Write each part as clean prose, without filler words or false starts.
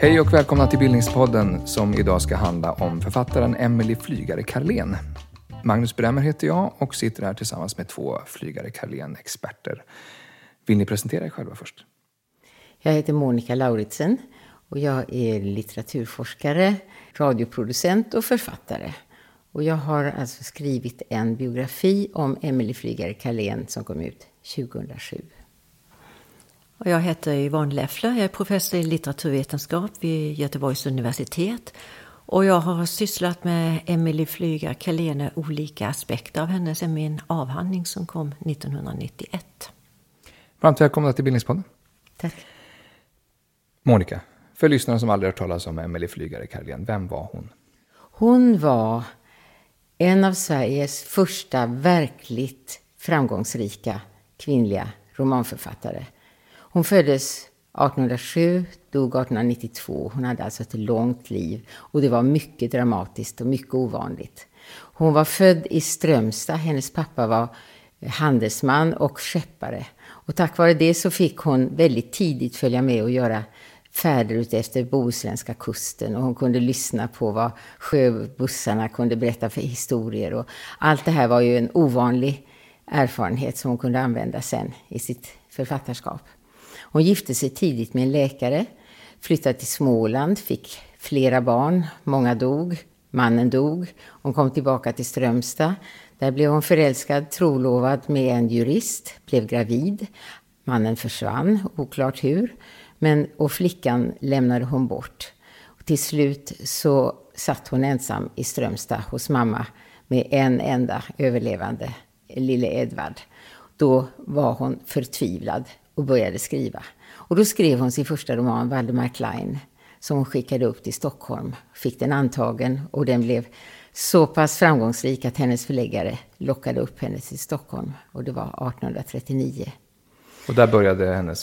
Hej och välkomna till Bildningspodden som idag ska handla om författaren Emelie Flygare Carlén. Magnus Bremmer heter jag och sitter här tillsammans med två Flygare Carlén-experter. Vill ni presentera er själva först? Jag heter Monica Lauritsen och jag är litteraturforskare, radioproducent och författare. Och jag har alltså skrivit en biografi om Emelie Flygare Carlén som kom ut 2007. Och jag heter Yvonne Leffler, jag är professor i litteraturvetenskap vid Göteborgs universitet. Och jag har sysslat med Emelie Flygare Carlén och olika aspekter av henne sedan min avhandling som kom 1991. Varmt välkomna till Bildningspodden. Tack. Monica, för lyssnare som aldrig hört talas om Emelie Flygare Carlén, vem var hon? Hon var en av Sveriges första verkligt framgångsrika kvinnliga romanförfattare. Hon föddes 1807, dog 1892. Hon hade alltså ett långt liv och det var mycket dramatiskt och mycket ovanligt. Hon var född i Strömstad. Hennes pappa var handelsman och skeppare. Och tack vare det så fick hon väldigt tidigt följa med och göra färder ut efter bohuslänska kusten. Och hon kunde lyssna på vad sjöbussarna kunde berätta för historier. Och allt det här var ju en ovanlig erfarenhet som hon kunde använda sen i sitt författarskap. Hon gifte sig tidigt med en läkare, flyttade till Småland, fick flera barn, många dog, mannen dog. Hon kom tillbaka till Strömstad, där blev hon förälskad, trolovad med en jurist, blev gravid. Mannen försvann, oklart hur, och flickan lämnade hon bort. Och till slut så satt hon ensam i Strömstad hos mamma med en enda överlevande, lille Edvard. Då var hon förtvivlad och började skriva. Och då skrev hon sin första roman, Valdemar Klein, som hon skickade upp till Stockholm. Fick den antagen och den blev så pass framgångsrik att hennes förläggare lockade upp henne till Stockholm. Och det var 1839. Och där började hennes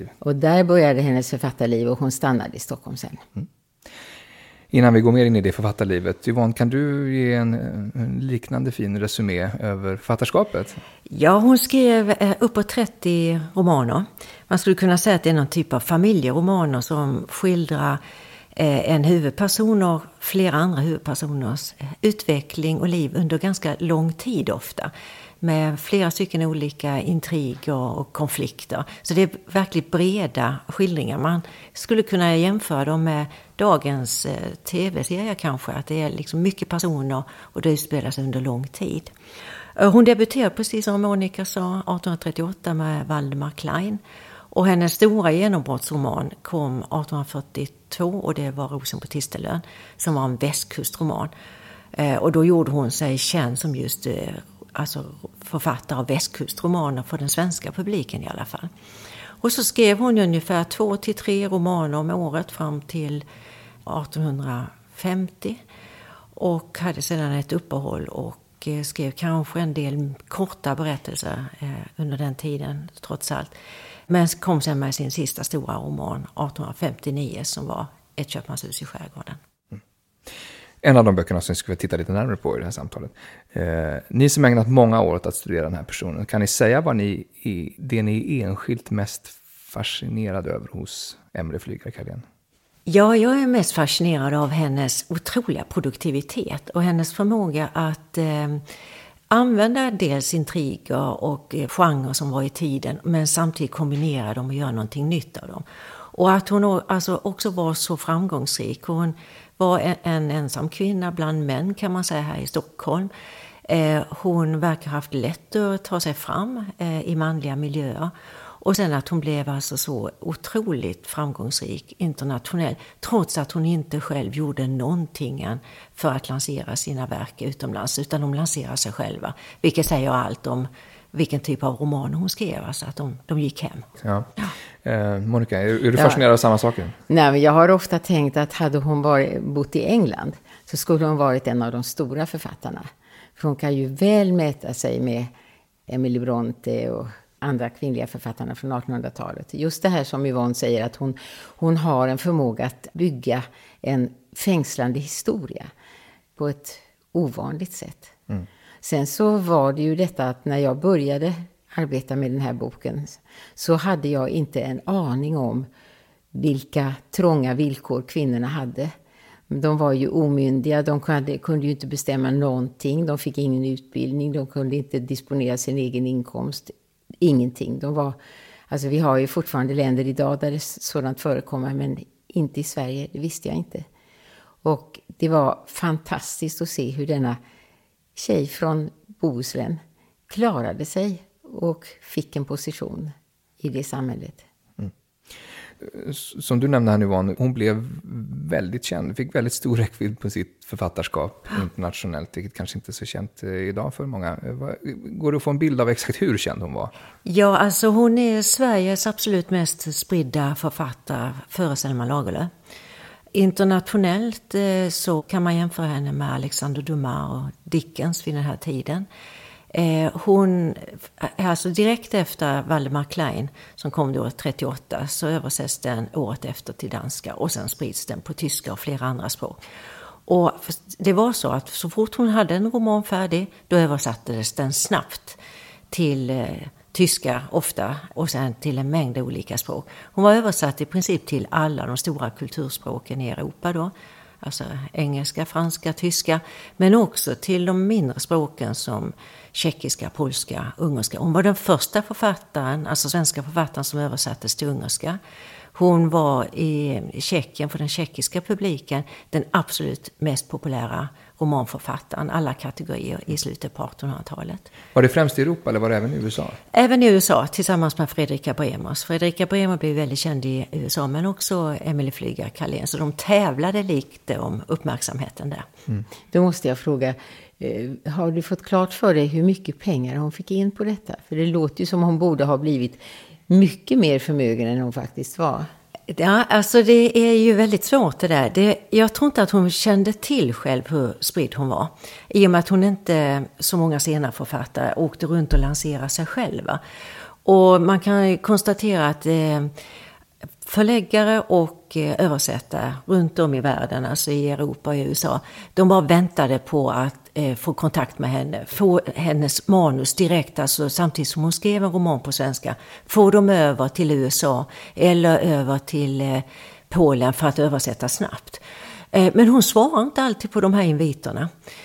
författarliv. Och hon stannade i Stockholm sen. Mm. Innan vi går mer in i det författarlivet, Yvonne, kan du ge en liknande fin resumé över författarskapet? Ja, hon skrev uppåt 30 romaner. Man skulle kunna säga att det är någon typ av familjeromaner som skildrar en huvudperson och flera andra huvudpersoners utveckling och liv under ganska lång tid ofta. Med flera stycken olika intriger och konflikter. Så det är verkligt breda skildringar. Man skulle kunna jämföra dem med dagens tv-serier kanske. Att det är liksom mycket personer och det utspelar sig under lång tid. Hon debuterade precis som Monica sa 1838 med Valdemar Klein. Och hennes stora genombrottsroman kom 1842 och det var Rosen på Tistelön som var en västkustroman. Och då gjorde hon sig känd som just författare av västkustromaner för den svenska publiken i alla fall. Och så skrev hon ungefär 2 till 3 romaner om året fram till 1850 och hade sedan ett uppehåll och skrev kanske en del korta berättelser under den tiden trots allt. Men kom sen med sin sista stora roman 1859 som var Ett köpmanshus i skärgården. Mm. En av de böckerna som vi ska titta lite närmare på i det här samtalet. Ni som ägnat många år åt att studera den här personen, kan ni säga vad ni är enskilt mest fascinerade över hos Emelie Flygare Carlén? Ja, jag är mest fascinerad av hennes otroliga produktivitet och hennes förmåga att använda dels intriger och genrer som var i tiden, men samtidigt kombinera dem och göra någonting nytt av dem. Och att hon alltså också var så framgångsrik. Hon var en ensam kvinna bland män kan man säga här i Stockholm. Hon verkar ha haft lätt att ta sig fram i manliga miljöer. Och sen att hon blev alltså så otroligt framgångsrik internationellt. Trots att hon inte själv gjorde någonting för att lansera sina verk utomlands. Utan de lanserade sig själva. Vilket säger allt om vilken typ av roman hon skrev. Alltså att de gick hem. Ja. Monica, är du fascinerad av samma saker? Nej, men jag har ofta tänkt att hade hon bott i England så skulle hon varit en av de stora författarna. För hon kan ju väl mäta sig med Emily Bronte och andra kvinnliga författarna från 1800-talet. Just det här som Yvonne säger, att hon har en förmåga att bygga en fängslande historia på ett ovanligt sätt. Mm. Sen så var det ju detta att när jag började arbeta med den här boken så hade jag inte en aning om vilka trånga villkor kvinnorna hade. De var ju omyndiga, de kunde ju inte bestämma någonting, de fick ingen utbildning, de kunde inte disponera sin egen inkomst, ingenting. Alltså vi har ju fortfarande länder idag där det sådant förekommer, men inte i Sverige, det visste jag inte. Och det var fantastiskt att se hur denna tjej från Bohuslän klarade sig och fick en position i det samhället. Som du nämnde här nu, hon blev väldigt känd, fick väldigt stor räckvidd på sitt författarskap internationellt, vilket kanske inte är så känt idag för många. Går det att få en bild av exakt hur känd hon var? Ja, alltså hon är Sveriges absolut mest spridda författare före Selma Lagerlöf. Internationellt så kan man jämföra henne med Alexander Dumas och Dickens vid den här tiden. Hon, alltså direkt efter Valdemar Klein som kom då 38, så översätts den året efter till danska och sen sprids den på tyska och flera andra språk. Och det var så att så fort hon hade en roman färdig, då översattes den snabbt till tyska ofta och sen till en mängd olika språk. Hon var översatt i princip till alla de stora kulturspråken i Europa då. Alltså engelska, franska, tyska, men också till de mindre språken som tjeckiska, polska, ungerska. Hon var den första författaren, alltså svenska författaren som översattes till ungerska. Hon var i Tjeckien för den tjeckiska publiken den absolut mest populära romanförfattaren, alla kategorier i slutet på 1800-talet. Var det främst i Europa eller var det även i USA? Även i USA tillsammans med Fredrika Bremer. Fredrika Bremer blev väldigt känd i USA, men också Emilie Flyger-Carlén. Så de tävlade lite om uppmärksamheten där. Då måste jag fråga, har du fått klart för dig hur mycket pengar hon fick in på detta? För det låter ju som hon borde ha blivit mycket mer förmögen än hon faktiskt var. Ja, alltså det är ju väldigt svårt det där. Jag tror inte att hon kände till själv hur spridd hon var. I och med att hon inte, så många senare författare, åkte runt och lanserade sig själva. Och man kan konstatera att förläggare och översättare runt om i världen, alltså i Europa och i USA, de bara väntade på att få kontakt med henne, få hennes manus direkt, alltså samtidigt som hon skrev en roman på svenska, få dem över till USA eller över till Polen för att översätta snabbt. Men hon svarar inte alltid på de här inviterna.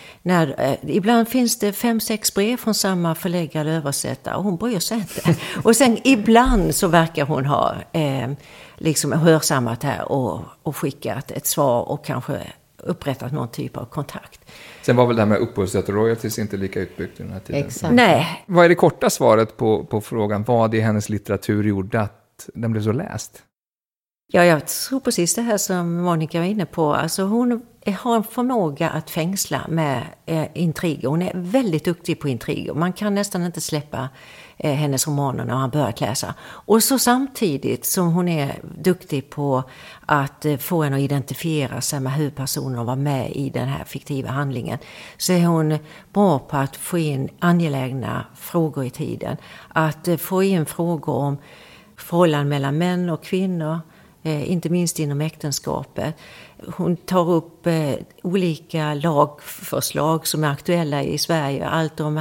Ibland finns det 5-6 brev från samma förläggare eller översättare och hon bryr sig inte. Och sen ibland så verkar hon ha liksom hörsammat här och skickat ett svar och kanske upprättat någon typ av kontakt. Sen var väl det här med upphovsrätt och royalties inte lika utbyggt i den här tiden. Exakt. Nej. Vad är det korta svaret på frågan vad i hennes litteratur gjorde att den blev så läst? Ja, jag tror precis det här som Monica var inne på. Alltså hon har en förmåga att fängsla med intriger. Hon är väldigt duktig på intriger. Man kan nästan inte släppa hennes romaner när han börjat läsa. Och så samtidigt som hon är duktig på att få en att identifiera sig med huvudpersonen och vara med i den här fiktiva handlingen, så är hon bra på att få in angelägna frågor i tiden. Att få in frågor om förhållanden mellan män och kvinnor, inte minst inom äktenskapet. Hon tar upp olika lagförslag som är aktuella i Sverige. Allt om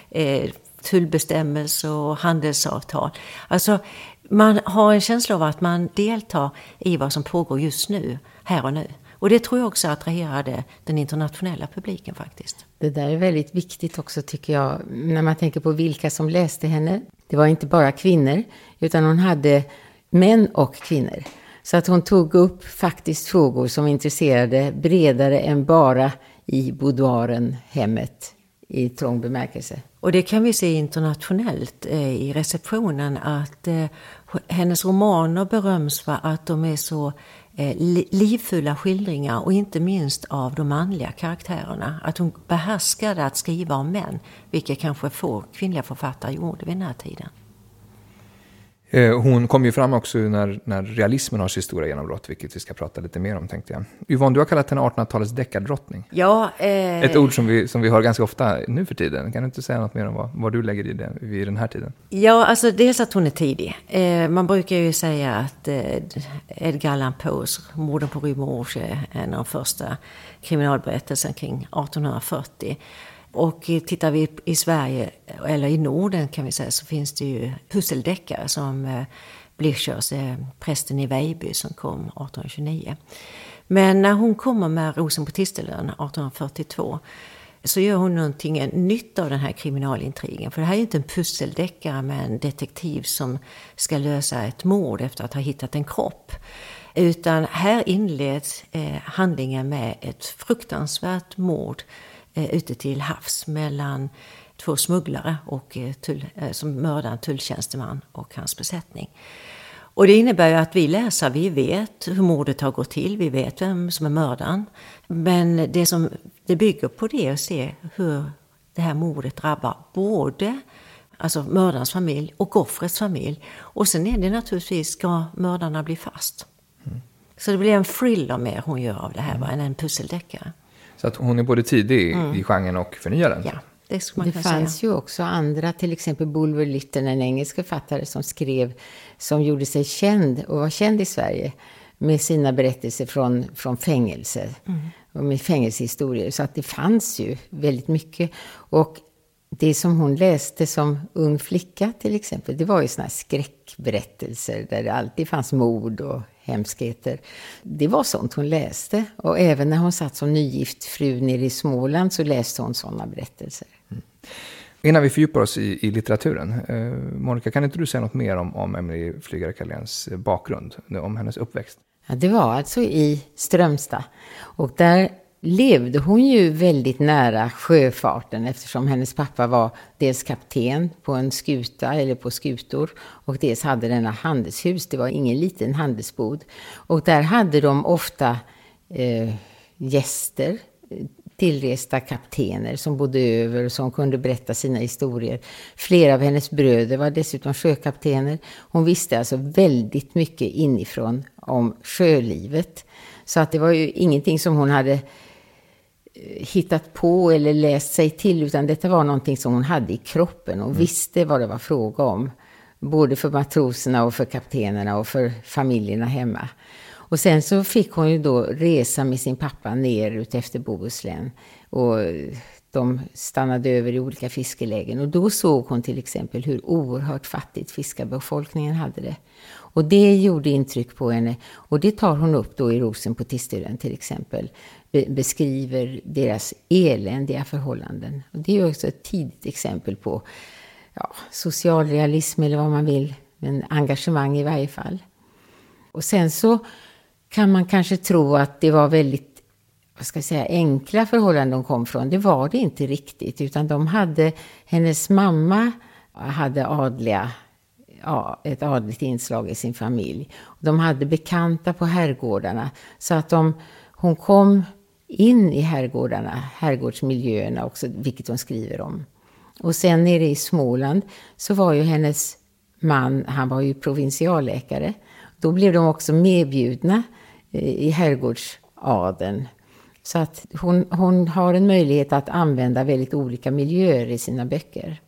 tullbestämmelser och handelsavtal. Alltså man har en känsla av att man deltar i vad som pågår just nu, här och nu. Och det tror jag också attraherade den internationella publiken faktiskt. Det där är väldigt viktigt också tycker jag, när man tänker på vilka som läste henne. Det var inte bara kvinnor, utan hon hade män och kvinnor. Så att hon tog upp faktiskt frågor som intresserade bredare än bara i boudoiren, hemmet, i trång bemärkelse. Och det kan vi se internationellt i receptionen att hennes romaner beröms för att de är så livfulla skildringar och inte minst av de manliga karaktärerna. Att hon behärskade att skriva om män, vilket kanske få kvinnliga författare gjorde vid den här tiden. Hon kom ju fram också när realismen har sitt stora genombrott, vilket vi ska prata lite mer om, tänkte jag. Yvonne, du har kallat henne 1800-talets deckardrottning. Ja, ett ord som vi hör ganska ofta nu för tiden. Kan du inte säga något mer om vad du lägger i det vid den här tiden? Ja, alltså dels att hon är tidig. Man brukar ju säga att Edgar Allan Poes Morden på Rue Morge är en av de första kriminalberättelserna kring 1840. Och tittar vi i Sverige, eller i Norden kan vi säga, så finns det ju pusseldeckare som Blichers, prästen i Vejby som kom 1829. Men när hon kommer med Rosen på Tistelön 1842 så gör hon någonting nytt av den här kriminalintrigen. För det här är ju inte en pusseldeckare med en detektiv som ska lösa ett mord efter att ha hittat en kropp. Utan här inleds handlingen med ett fruktansvärt mord ute till havs mellan 2 smugglare och som mördar en tulltjänsteman och hans besättning. Och det innebär ju att vi läsare, vi vet hur mordet har gått till, vi vet vem som är mördaren. Men det bygger på det att se hur det här mordet drabbar både alltså mördarens familj och offrets familj. Och sen är det naturligtvis, ska mördarna bli fast? Så det blir en thriller mer hon gör av det här än en pusseldeckare. Så att hon är både tidig i genren och förnyaren. Ja, det Det fanns ju också andra, till exempel Bulwer Lytton, en engelsk författare som gjorde sig känd och var känd i Sverige med sina berättelser från fängelse och med fängelsehistorier. Så att det fanns ju väldigt mycket. Och det som hon läste som ung flicka till exempel, det var ju såna här skräckberättelser där det alltid fanns mord och hemskheter. Det var sånt hon läste. Och även när hon satt som nygift fru nere i Småland så läste hon sådana berättelser. Innan vi fördjupar oss i litteraturen, Monica, kan inte du säga något mer om Emilie Flygare-Carléns bakgrund, om hennes uppväxt? Ja, det var alltså i Strömstad. Och där levde hon ju väldigt nära sjöfarten eftersom hennes pappa var dels kapten på en skuta eller på skutor och dels hade denna handelshus. Det var ingen liten handelsbod. Och där hade de ofta gäster, tillresta kaptener som bodde över och som kunde berätta sina historier. Flera av hennes bröder var dessutom sjökaptener. Hon visste alltså väldigt mycket inifrån om sjölivet. Så att det var ju ingenting som hon hade hittat på eller läst sig till, utan detta var någonting som hon hade i kroppen och visste vad det var fråga om. Både för matroserna och för kaptenerna och för familjerna hemma. Och sen så fick hon ju då resa med sin pappa ner ut efter Bohuslän. Och de stannade över i olika fiskelägen. Och då såg hon till exempel hur oerhört fattigt fiskarbefolkningen hade det. Och det gjorde intryck på henne. Och det tar hon upp då i Rosen på Tistelön till exempel. Beskriver deras eländiga förhållanden. Och det är ju också ett tidigt exempel på socialrealism eller vad man vill. Men engagemang i varje fall. Och sen så kan man kanske tro att det var väldigt, enkla förhållanden de kom från. Det var det inte riktigt, utan hennes mamma hade ett adligt inslag i sin familj. De hade bekanta på herrgårdarna, så att hon kom in i herrgårdsmiljöerna också, vilket hon skriver om. Och sen nere i Småland så var ju hennes man, han var ju provinsialläkare. Då blev de också medbjudna i herrgårdsadeln. Så att hon har en möjlighet att använda väldigt olika miljöer i sina böcker.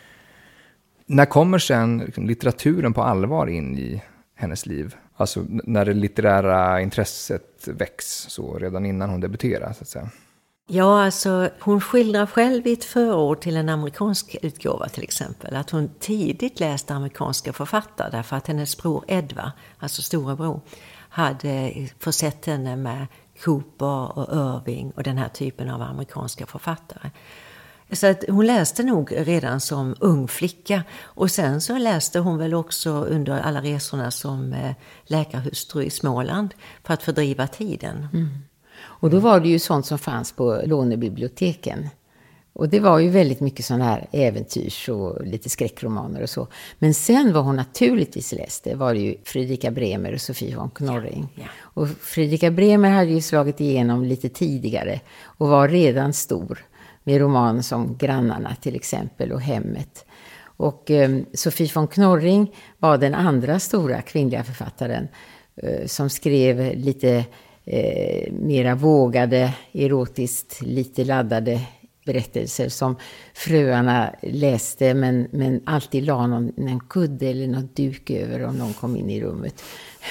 När kommer sen litteraturen på allvar in i hennes liv? Alltså när det litterära intresset väcks, så redan innan hon debuterar så att säga. Ja, alltså hon skildrar själv i ett förord till en amerikansk utgåva till exempel att hon tidigt läste amerikanska författare därför att hennes bror Edvard, alltså storebror, hade försett henne med Cooper och Irving och den här typen av amerikanska författare. Så att hon läste nog redan som ung flicka, och sen så läste hon väl också under alla resorna som läkarhustru i Småland för att fördriva tiden. Mm. Och då var det ju sånt som fanns på lånebiblioteken. Och det var ju väldigt mycket sådana här äventyrs och lite skräckromaner och så. Men sen vad hon naturligtvis läste var det ju Fredrika Bremer och Sofie von Knorring. Ja. Och Fredrika Bremer hade ju slagit igenom lite tidigare och var redan stor med romaner som Grannarna till exempel och Hemmet. Och Sofie von Knorring var den andra stora kvinnliga författaren som skrev lite mera vågade, erotiskt lite laddade berättelser som fröarna läste men alltid la en kudde eller någon duk över om någon kom in i rummet.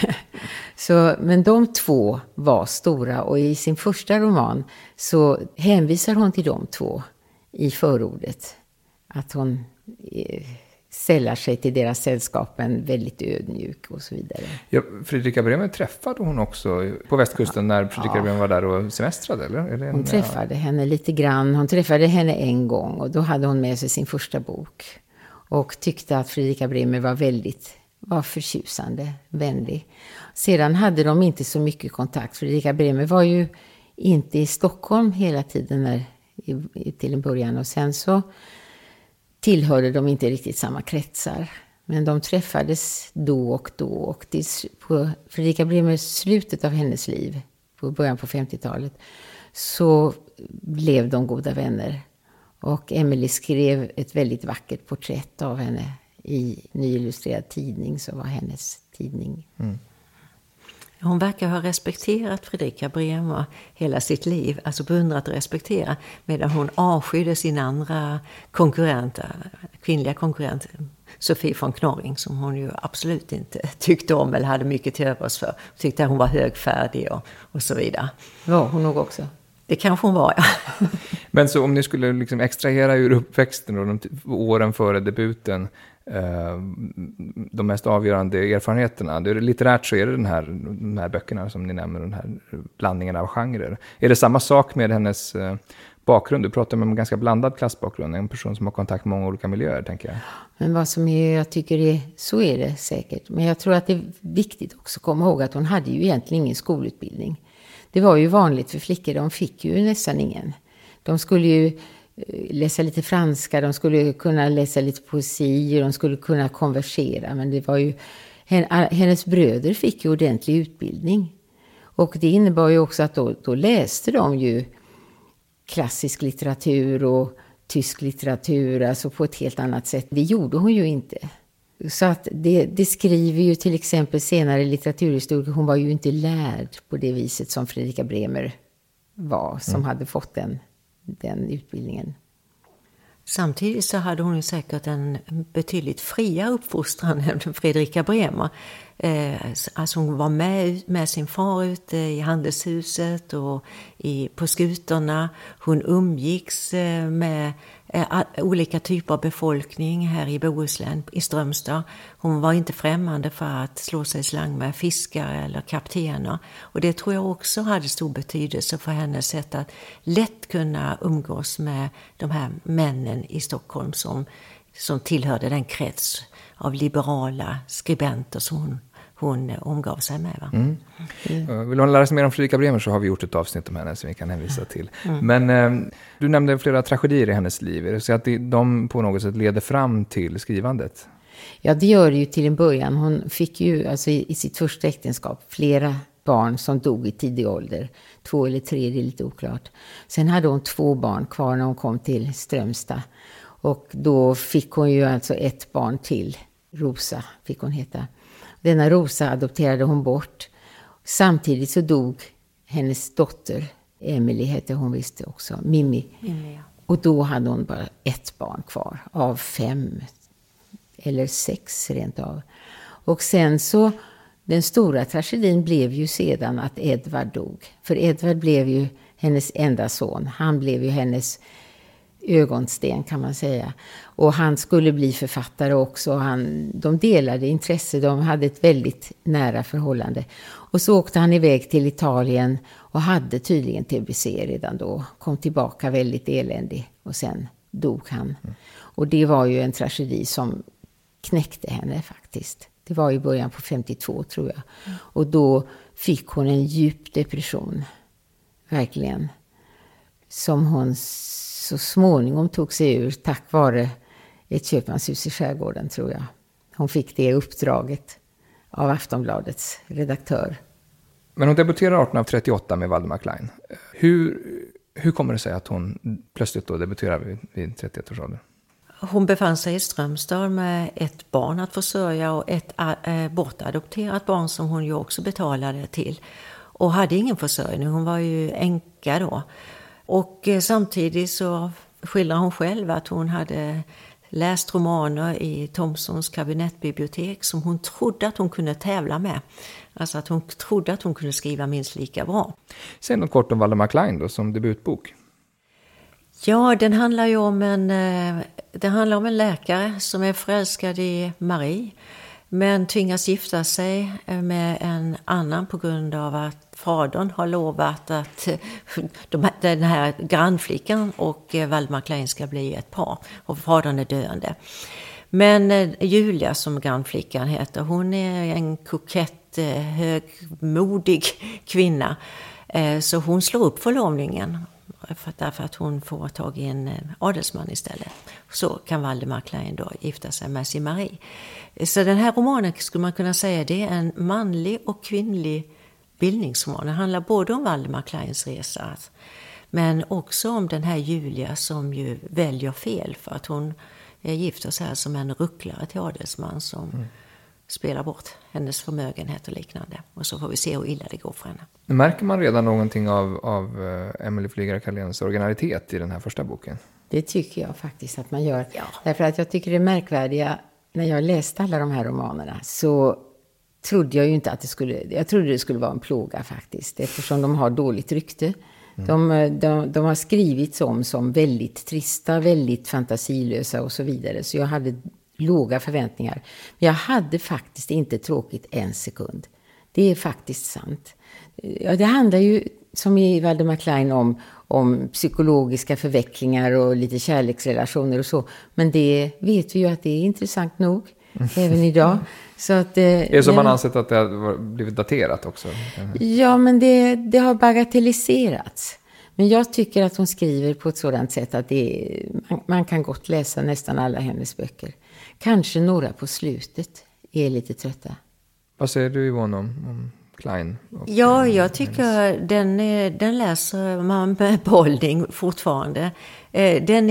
Men de två var stora, och i sin första roman så hänvisar hon till de två i förordet. Att hon sällar sig till deras sällskapen, väldigt ödmjuk och så vidare. Ja, Fredrika Bremer träffade hon också på västkusten när Fredrika Bremer var där och semestrade, eller? Hon träffade henne lite grann. Hon träffade henne en gång och då hade hon med sig sin första bok. Och tyckte att Fredrika Bremer var förtjusande, vänlig. Sedan hade de inte så mycket kontakt. Fredrika Bremer var ju inte i Stockholm hela tiden till en början. Och sen så tillhörde de inte riktigt samma kretsar. Men de träffades då och då. Och på Fredrika Bremers slutet av hennes liv, på början på 50-talet, så blev de goda vänner. Och Emily skrev ett väldigt vackert porträtt av henne i Nyillustrerad tidning, som var hennes tidning. Mm. Hon verkar ha respekterat Fredrika Bremer hela sitt liv, alltså beundrat och respekterat, medan hon avskydde sin andra kvinnliga konkurrent, Sofie von Knorring, som hon ju absolut inte tyckte om eller hade mycket till övers för. Hon tyckte att hon var högfärdig och så vidare. Var hon nog också? Det kanske hon var, ja. Men så om ni skulle liksom extrahera ur uppväxten och de åren före debuten, de mest avgörande erfarenheterna. Det är litterärt, så är det de här böckerna som ni nämner, den här blandningen av genrer. Är det samma sak med hennes bakgrund? Du pratar om en ganska blandad klassbakgrund, en person som har kontakt med många olika miljöer, tänker jag. Men vad som jag tycker så är det säkert. Men jag tror att det är viktigt också att komma ihåg att hon hade ju egentligen ingen skolutbildning. Det var ju vanligt för flickor, de fick ju nästan ingen. De skulle ju läsa lite franska, de skulle kunna läsa lite poesi, de skulle kunna konversera. Men det var ju, hennes bröder fick ju ordentlig utbildning. Och det innebar ju också att då läste de ju klassisk litteratur och tysk litteratur, alltså på ett helt annat sätt. Det gjorde hon ju inte. Så att det skriver ju till exempel senare litteraturhistoriker, hon var ju inte lärd på det viset som Fredrika Bremer var, som hade fått den utbildningen. Samtidigt så hade hon ju säkert en betydligt fria uppfostran än Fredrika Bremer. Alltså hon var med sin far ute i handelshuset och på skutorna. Hon umgicks med olika typer av befolkning här i Bohuslän, i Strömstad. Hon var inte främmande för att slå sig i slang med fiskare eller kaptener. Och det tror jag också hade stor betydelse för hennes sätt att lätt kunna umgås med de här männen i Stockholm som tillhörde den krets av liberala skribenter som hon omgav sig med. Va? Vill hon lära sig mer om Fredrika Bremer, så har vi gjort ett avsnitt om henne som vi kan hänvisa till. Men du nämnde flera tragedier i hennes liv. Är det så att de på något sätt leder fram till skrivandet? Ja, det gör det ju till en början. Hon fick ju alltså i sitt första äktenskap flera barn som dog i tidig ålder. 2 eller 3, det är lite oklart. Sen hade hon 2 barn kvar när hon kom till Strömstad. Och då fick hon ju alltså ett barn till. Rosa fick hon heta. Denna Rosa adopterade hon bort. Samtidigt så dog hennes dotter, Emily hette hon visste också, Mimmi. Ja. Och då hade hon bara ett barn kvar av 5 eller 6 rent av. Och sen så, den stora tragedin blev ju sedan att Edvard dog. För Edvard blev ju hennes enda son. Han blev ju hennes ögonsten, kan man säga. Och han skulle bli författare också. De delade intresse, de hade ett väldigt nära förhållande. Och så åkte han iväg till Italien och hade tydligen TBC redan då. Kom tillbaka väldigt eländig och sen dog han. Och det var ju en tragedi som knäckte henne faktiskt. Det var i början på 52 tror jag. Och då fick hon en djup depression. Verkligen. Som hon så småningom tog sig ur tack vare ett köpmanshus i skärgården, tror jag. Hon fick det uppdraget av Aftonbladets redaktör. Men hon debuterade 1838 med Valdemar Klein. Hur kommer det sig att hon plötsligt då debuterar vid 31 års ålder? Hon befann sig i Strömstad med ett barn att försörja och ett bortadopterat barn som hon ju också betalade till. Och hade ingen försörjning, hon var ju änka då. Och samtidigt så skildrar hon själv att hon hade läst romaner i Thomsons kabinettbibliotek som hon trodde att hon kunde tävla med. Alltså att hon trodde att hon kunde skriva minst lika bra. Säg något kort om Valdemar Klein då, som debutbok. Ja, den handlar ju om Det handlar om en läkare som är förälskad i Marie, men tvingas gifta sig med en annan på grund av att fadern har lovat att den här grannflickan och Valdemar Klein ska bli ett par, och fadern är döende. Men Julia, som grannflickan heter, hon är en kokett, högmodig kvinna. Så hon slår upp förlovningen därför att hon får tag i en adelsman istället. Så kan Valdemar Klein då gifta sig med sin Marie. Så den här romanen skulle man kunna säga det är en manlig och kvinnlig bildningsroman. Den handlar både om Valdemar Kleins resa, men också om den här Julia som ju väljer fel för att hon gifter sig som en rucklare till adelsman som spelar bort hennes förmögenhet och liknande. Och så får vi se hur illa det går för henne. Märker man redan någonting av Emelie Flygare Carléns originalitet i den här första boken? Det tycker jag faktiskt att man gör. Ja. Därför att jag tycker det är märkvärdiga, när jag läste alla de här romanerna så trodde jag ju inte att jag trodde det skulle vara en plåga faktiskt, eftersom de har dåligt rykte. De har skrivits som väldigt trista, väldigt fantasilösa och så vidare. Så jag hade låga förväntningar. Men jag hade faktiskt inte tråkigt en sekund. Det är faktiskt sant. Ja, det handlar ju, som i Valdemar Klein, om psykologiska förvecklingar och lite kärleksrelationer och så. Men det vet vi ju att det är intressant nog, även idag. Så att, är det som man ansett att det har blivit daterat också? Ja, men det har bagatelliserats. Men jag tycker att hon skriver på ett sådant sätt att man kan gott läsa nästan alla hennes böcker. Kanske några på slutet är lite trötta. Vad säger du, Yvonne, om Klein? Ja, jag tycker den läser man med behållning fortfarande. Den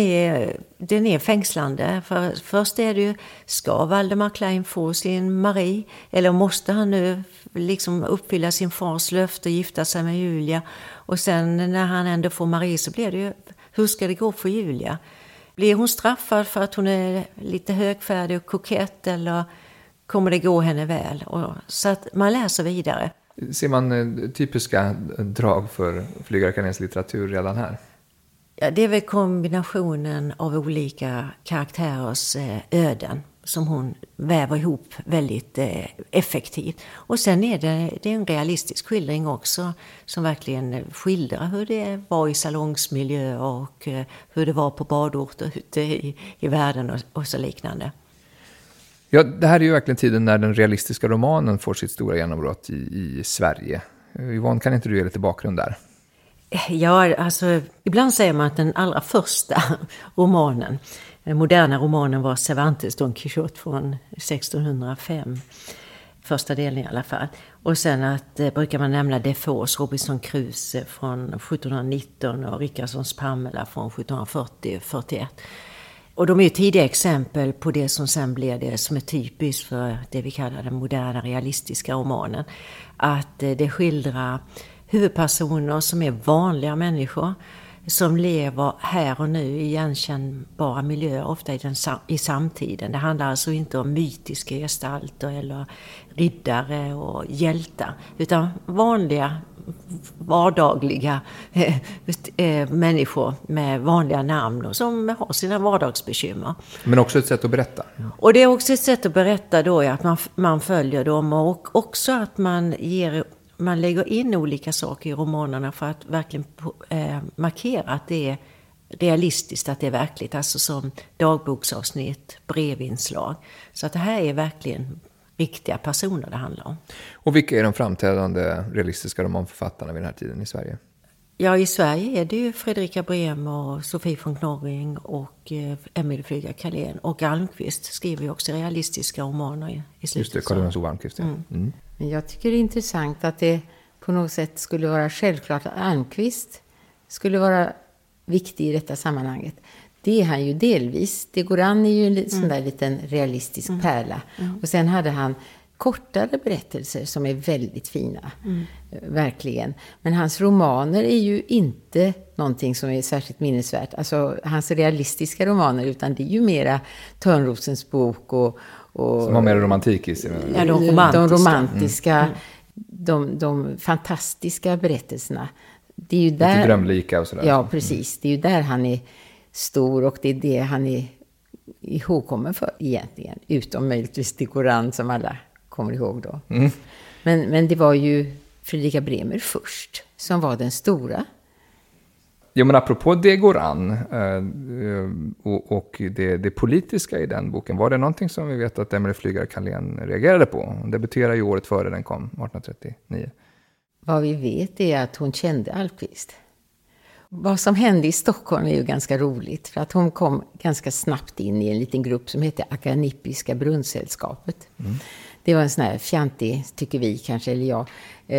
är fängslande. För först är det ju, ska Valdemar Klein få sin Marie? Eller måste han nu liksom uppfylla sin fars löfte och gifta sig med Julia? Och sen när han ändå får Marie så blir det ju, hur ska det gå för Julia? Blir hon straffad för att hon är lite högfärdig och kokett, eller kommer det gå henne väl? Så att man läser vidare. Ser man typiska drag för Flygare Carléns litteratur redan här? Ja, det är väl kombinationen av olika karaktärers öden som hon väver ihop väldigt effektivt. Och sen är det en realistisk skildring också som verkligen skildrar hur det var i salongsmiljö och hur det var på badorter ute i världen och så liknande. Ja, det här är ju verkligen tiden när den realistiska romanen får sitt stora genombrott i Sverige. Yvonne, kan inte du ge lite bakgrund där? Ja, alltså ibland säger man att den allra första romanen, den moderna romanen, var Cervantes Don Quixote från 1605. Första delen i alla fall. Och sen brukar man nämna Defoes Robinson Crusoe från 1719 och Rickardsons Pamela från 1740-41. Och de är ju tidiga exempel på det som sen blir det som är typiskt för det vi kallar den moderna realistiska romanen. Att det skildrar huvudpersoner som är vanliga människor som lever här och nu i igenkännbara miljöer, ofta i samtiden. Det handlar alltså inte om mytiska gestalter eller riddare och hjältar, utan vanliga, vardagliga människor med vanliga namn och som har sina vardagsbekymmer. Men också ett sätt att berätta. Och det är också ett sätt att berätta då att man följer dem, och också att man lägger in olika saker i romanerna för att verkligen markera att det är realistiskt, att det är verkligt. Alltså som dagboksavsnitt, brevinslag. Så att det här är verkligen riktiga personer det handlar om. Och vilka är de framträdande realistiska romanförfattarna vid den här tiden i Sverige? Ja, i Sverige är det ju Fredrika Bremer, Sofie von Knorring och Emelie Flygare Carlén. Och Almqvist skriver ju också realistiska romaner i slutet. Just det, Carl-Johan So Almqvist. Ja. Mm. Men jag tycker det är intressant att det på något sätt skulle vara självklart att Almqvist skulle vara viktig i detta sammanhanget. Det är han ju delvis. Det går an är ju en sån där liten realistisk pärla. Och sen hade han kortare berättelser som är väldigt fina. Verkligen. Men hans romaner är ju inte någonting som är särskilt minnesvärt. Alltså hans realistiska romaner, utan det är ju mera Törnrosens bok och som har mer romantik i sig. Ja, de romantiska, de fantastiska berättelserna. Det är ju där, lite drömlika och sådär. Ja, precis. Det är ju där han är stor, och det är det han är ihågkommen för egentligen. Utom möjligtvis Degoran som alla kommer ihåg då. Mm. Men det var ju Fredrika Bremer först som var den stora. Ja, men apropå Degoran och det politiska i den boken, var det någonting som vi vet att Emelie Flygare-Carlén reagerade på? Hon debuterade ju året före den kom, 1839. Vad vi vet är att hon kände Almqvist. Vad som hände i Stockholm är ju ganska roligt, för att hon kom ganska snabbt in i en liten grupp som heter Akanippiska Brunnssällskapet. Mm. Det var en sån här fjantig, tycker vi kanske, eller jag,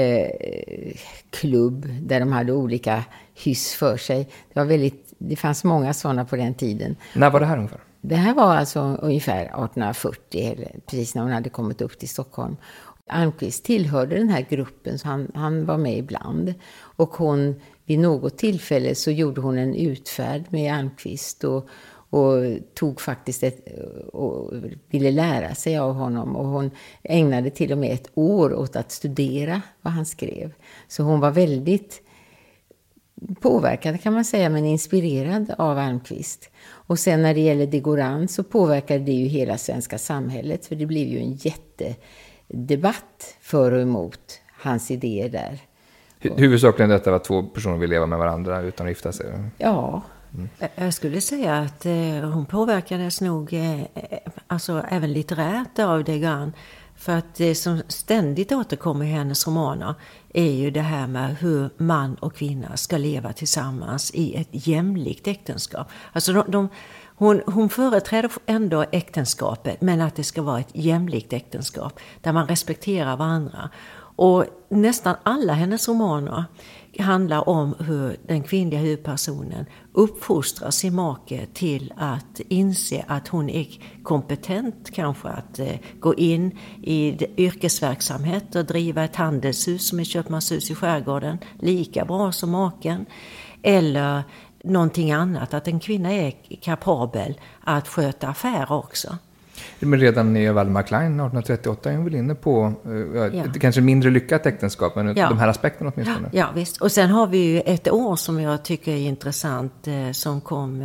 klubb där de hade olika hyss för sig. Det fanns många sådana på den tiden. När var det här ungefär? Det här var alltså ungefär 1840, eller precis när hon hade kommit upp till Stockholm. Almqvist tillhörde den här gruppen, så han var med ibland. Och vid något tillfälle så gjorde hon en utfärd med Almqvist och tog faktiskt och ville lära sig av honom. Och hon ägnade till och med ett år åt att studera vad han skrev. Så hon var väldigt påverkad, kan man säga, men inspirerad av Almqvist. Och sen när det gäller Degoran så påverkade det ju hela svenska samhället. För det blev ju en jättedebatt för och emot hans idéer där. Huvudsakligen detta var två personer vill leva med varandra utan att gifta sig? Ja. Mm. Jag skulle säga att hon påverkades nog alltså även litterärt av Degoran. För att det som ständigt återkommer i hennes romaner är ju det här med hur man och kvinna ska leva tillsammans i ett jämlikt äktenskap. Alltså hon företräder ändå äktenskapet, men att det ska vara ett jämlikt äktenskap där man respekterar varandra. Och nästan alla hennes romaner handlar om hur den kvinnliga huvudpersonen uppfostrar sin make till att inse att hon är kompetent kanske att gå in i yrkesverksamhet och driva ett handelshus som är köpmanshus i skärgården lika bra som maken. Eller någonting annat, att en kvinna är kapabel att sköta affärer också. Men redan i Valdemar Klein 1838 är hon väl inne på kanske mindre lyckat äktenskap, men de här aspekterna åtminstone. Ja, visst. Och sen har vi ju ett år som jag tycker är intressant som kom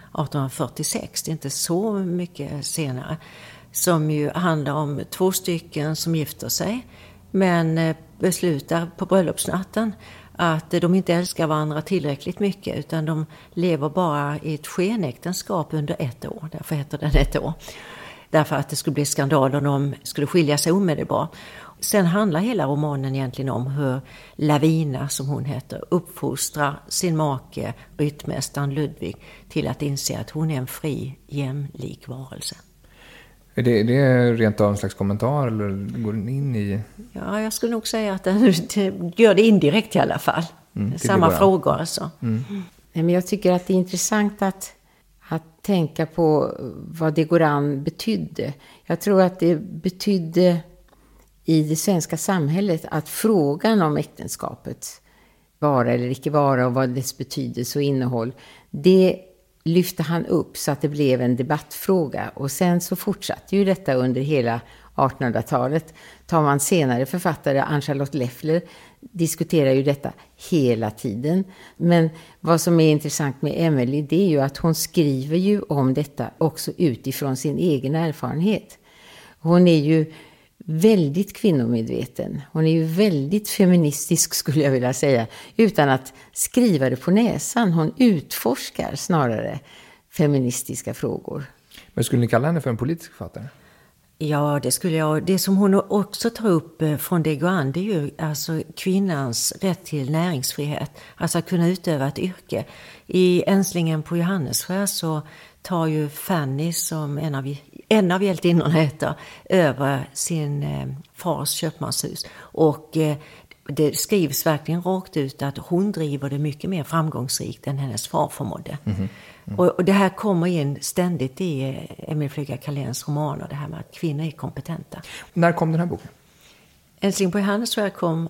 1846, det är inte så mycket senare, som ju handlar om 2 stycken som gifter sig men beslutar på bröllopsnatten att de inte älskar varandra tillräckligt mycket, utan de lever bara i ett skenäktenskap under 1 år. Därför heter den 1 år. Därför att det skulle bli skandal om de skulle skilja sig omedelbart. Sen handlar hela romanen egentligen om hur Lavina, som hon heter, uppfostrar sin make, ryttmästaren Ludvig, till att inse att hon är en fri, jämlik varelse. Är det rent av en slags kommentar, eller går den in i... Ja, jag skulle nog säga att den gör det indirekt i alla fall. Samma frågor alltså. Mm. Men jag tycker att det är intressant att tänka på vad Degoran betydde. Jag tror att det betydde i det svenska samhället att frågan om äktenskapet, vara eller icke vara, och vad dess betydelse och innehåll, det lyfte han upp så att det blev en debattfråga. Och sen så fortsatte ju detta under hela 1800-talet. Tar man senare författare, Ann-Charlotte Leffler, diskuterar ju detta hela tiden. Men vad som är intressant med Emelie, det är ju att hon skriver ju om detta också utifrån sin egen erfarenhet. Hon är ju väldigt kvinnomedveten. Hon är ju väldigt feministisk, skulle jag vilja säga, utan att skriva det på näsan. Hon utforskar snarare feministiska frågor. Men skulle ni kalla henne för en politisk författare? Ja, det skulle jag. Det som hon också tar upp från Degoran, det är ju alltså kvinnans rätt till näringsfrihet. Alltså att kunna utöva ett yrke. I Enslingen på Johannesskär så tar ju Fanny, som en av hjältinnorna heter, över sin fars köpmanshus. Och det skrivs verkligen rakt ut att hon driver det mycket mer framgångsrikt än hennes far förmådde. Mm. Och det här kommer in ständigt i Emelie Flygare-Carléns romaner, det här med att kvinnor är kompetenta. När kom den här boken? Ensling på Johannesskär kom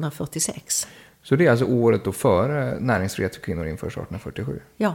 1846. Så det är alltså året då före näringsfrihet för kvinnor införs 1847? Ja.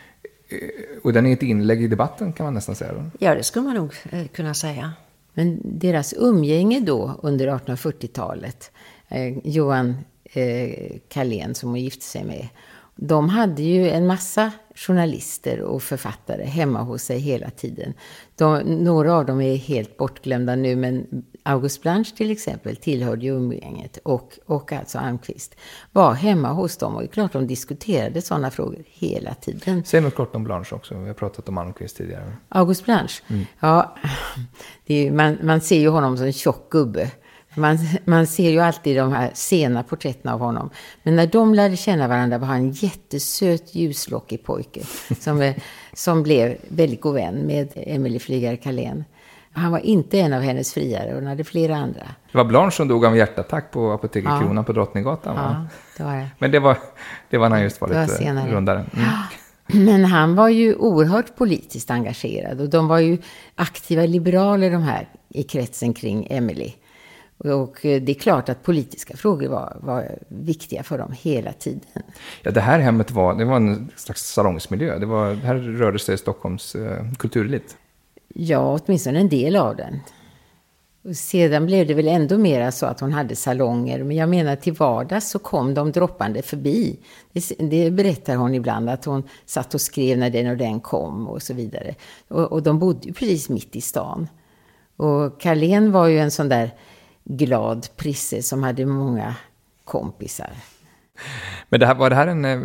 Och den är ett inlägg i debatten, kan man nästan säga då? Ja, det skulle man nog kunna säga. Men deras umgänge då under 1840-talet, Johan Carlén som hon gifte sig med, de hade ju en massa journalister och författare hemma hos sig hela tiden. Några av dem är helt bortglömda nu, men August Blanche till exempel tillhörde ju umgänget, och alltså Almqvist var hemma hos dem, och det är klart de diskuterade sådana frågor hela tiden. Säg något kort om Blanche också, vi har pratat om Almqvist tidigare. August Blanche, ja, det är ju, man ser ju honom som en tjock gubbe. Man ser ju alltid de här sena porträtterna av honom. Men när de lärde känna varandra var han en jättesöt, ljuslockig pojke som blev väldigt god vän med Emilie Flygare-Carlén. Han var inte en av hennes friare, och hon hade flera andra. Det var Blanche som dog av en hjärtattack på Apoteket Kronan på Drottninggatan, va? Ja, det var det. Men det var när han just var lite rundare. Men han var ju oerhört politiskt engagerad, och de var ju aktiva liberaler de här i kretsen kring Emilie. Och det är klart att politiska frågor var viktiga för dem hela tiden. Ja, det här hemmet var en slags salongsmiljö. Här rörde sig Stockholms kulturelit. Ja, åtminstone en del av den. Och sedan blev det väl ändå mer så att hon hade salonger. Men jag menar, till vardags så kom de droppande förbi. Det berättar hon ibland, att hon satt och skrev när den och den kom och så vidare. Och de bodde ju precis mitt i stan. Och Carlén var ju en sån där glad prisse som hade många kompisar. Men var det här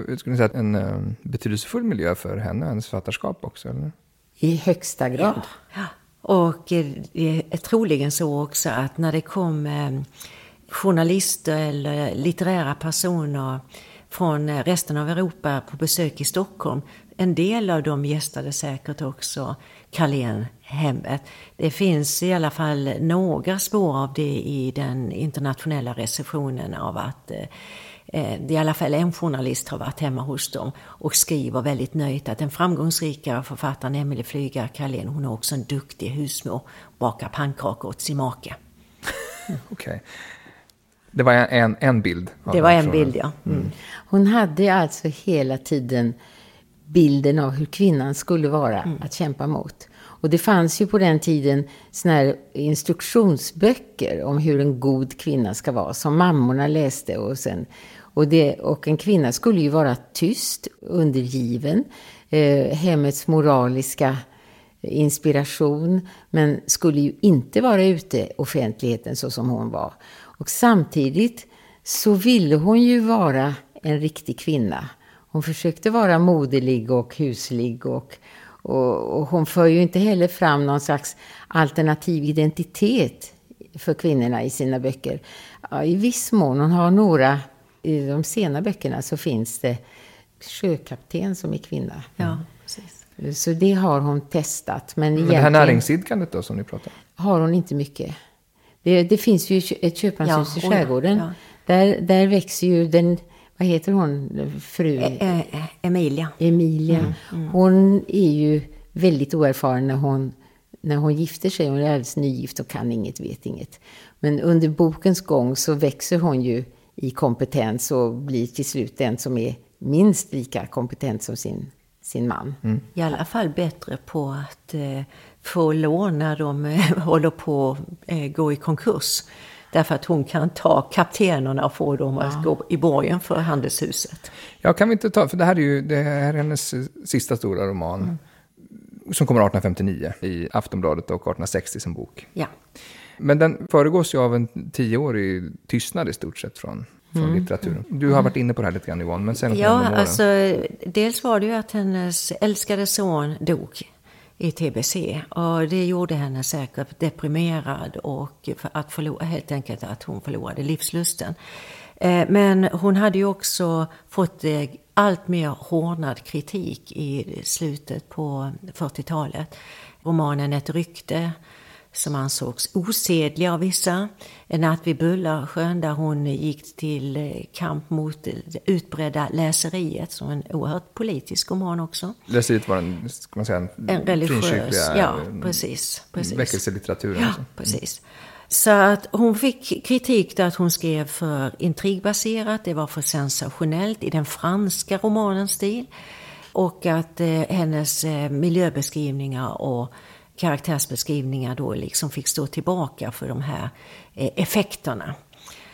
en betydelsefull miljö för henne och hennes författarskap också, eller? I högsta grad. Ja. Och det är troligen så också att när det kom journalister eller litterära personer från resten av Europa på besök i Stockholm, en del av dem gästade säkert också Carlén-hemmet. Det finns i alla fall några spår av det i den internationella recensionen av att i alla fall en journalist har varit hemma hos dem och skriver väldigt nöjt att den framgångsrika författaren Emilie Flygare-Carlén, hon är också en duktig husmor, bakar pannkakor åt sin make. Okej. Det var en bild. Det var en bild, ja. Hon hade alltså hela tiden bilden av hur kvinnan skulle vara att kämpa mot. Och det fanns ju på den tiden såna här instruktionsböcker om hur en god kvinna ska vara, som mammorna läste. Och en kvinna skulle ju vara tyst, undergiven, hemmets moraliska inspiration, men skulle ju inte vara ute i offentligheten så som hon var. Och samtidigt så ville hon ju vara en riktig kvinna. Hon försökte vara moderlig och huslig, och hon för ju inte heller fram någon slags alternativ identitet för kvinnorna i sina böcker. Ja, i viss mån, hon har några, i de sena böckerna så finns det sjökapten som är kvinna. Ja, precis. Så det har hon testat. Men det här näringsidkandet då som ni pratar om? Har hon inte mycket. Det finns ju ett köpmanshus i skärgården. Ja. Där växer ju den, vad heter hon, fru? Emilia. Hon är ju väldigt oerfaren när hon gifter sig. Hon är alldeles nygift och kan inget, vet inget. Men under bokens gång så växer hon ju i kompetens och blir till slut den som är minst lika kompetent som sin man. I alla fall bättre på att få lån när de håller på att gå i konkurs. Därför att hon kan ta kaptenerna och få dem att gå i borgen för handelshuset. Ja, kan vi inte ta, för det här är hennes sista stora roman som kommer 1859 i Aftonbladet och 1860 som bok. Ja. Men den föregås ju av en 10-årig tystnad i stort sett från litteraturen. Du har varit inne på det här lite grann, Yvonne, men sen alltså dels var det ju att hennes älskade son dog i TBC, och det gjorde henne säkert deprimerad och helt enkelt att hon förlorade livslusten. Men hon hade ju också fått allt mer hårdnad kritik i slutet på 40-talet. Romanen Ett rykte, som ansågs osedlig av vissa. En natt vid Bullarsjön, där hon gick till kamp mot det utbredda läseriet, som en oerhört politisk roman också. Läseriet var en religiös, ja, precis. Väckelselitteraturen. Ja, precis. Så att hon fick kritik där att hon skrev för intrigbaserat, det var för sensationellt i den franska romanens stil, och att hennes miljöbeskrivningar och karaktärsbeskrivningar då liksom fick stå tillbaka för de här effekterna.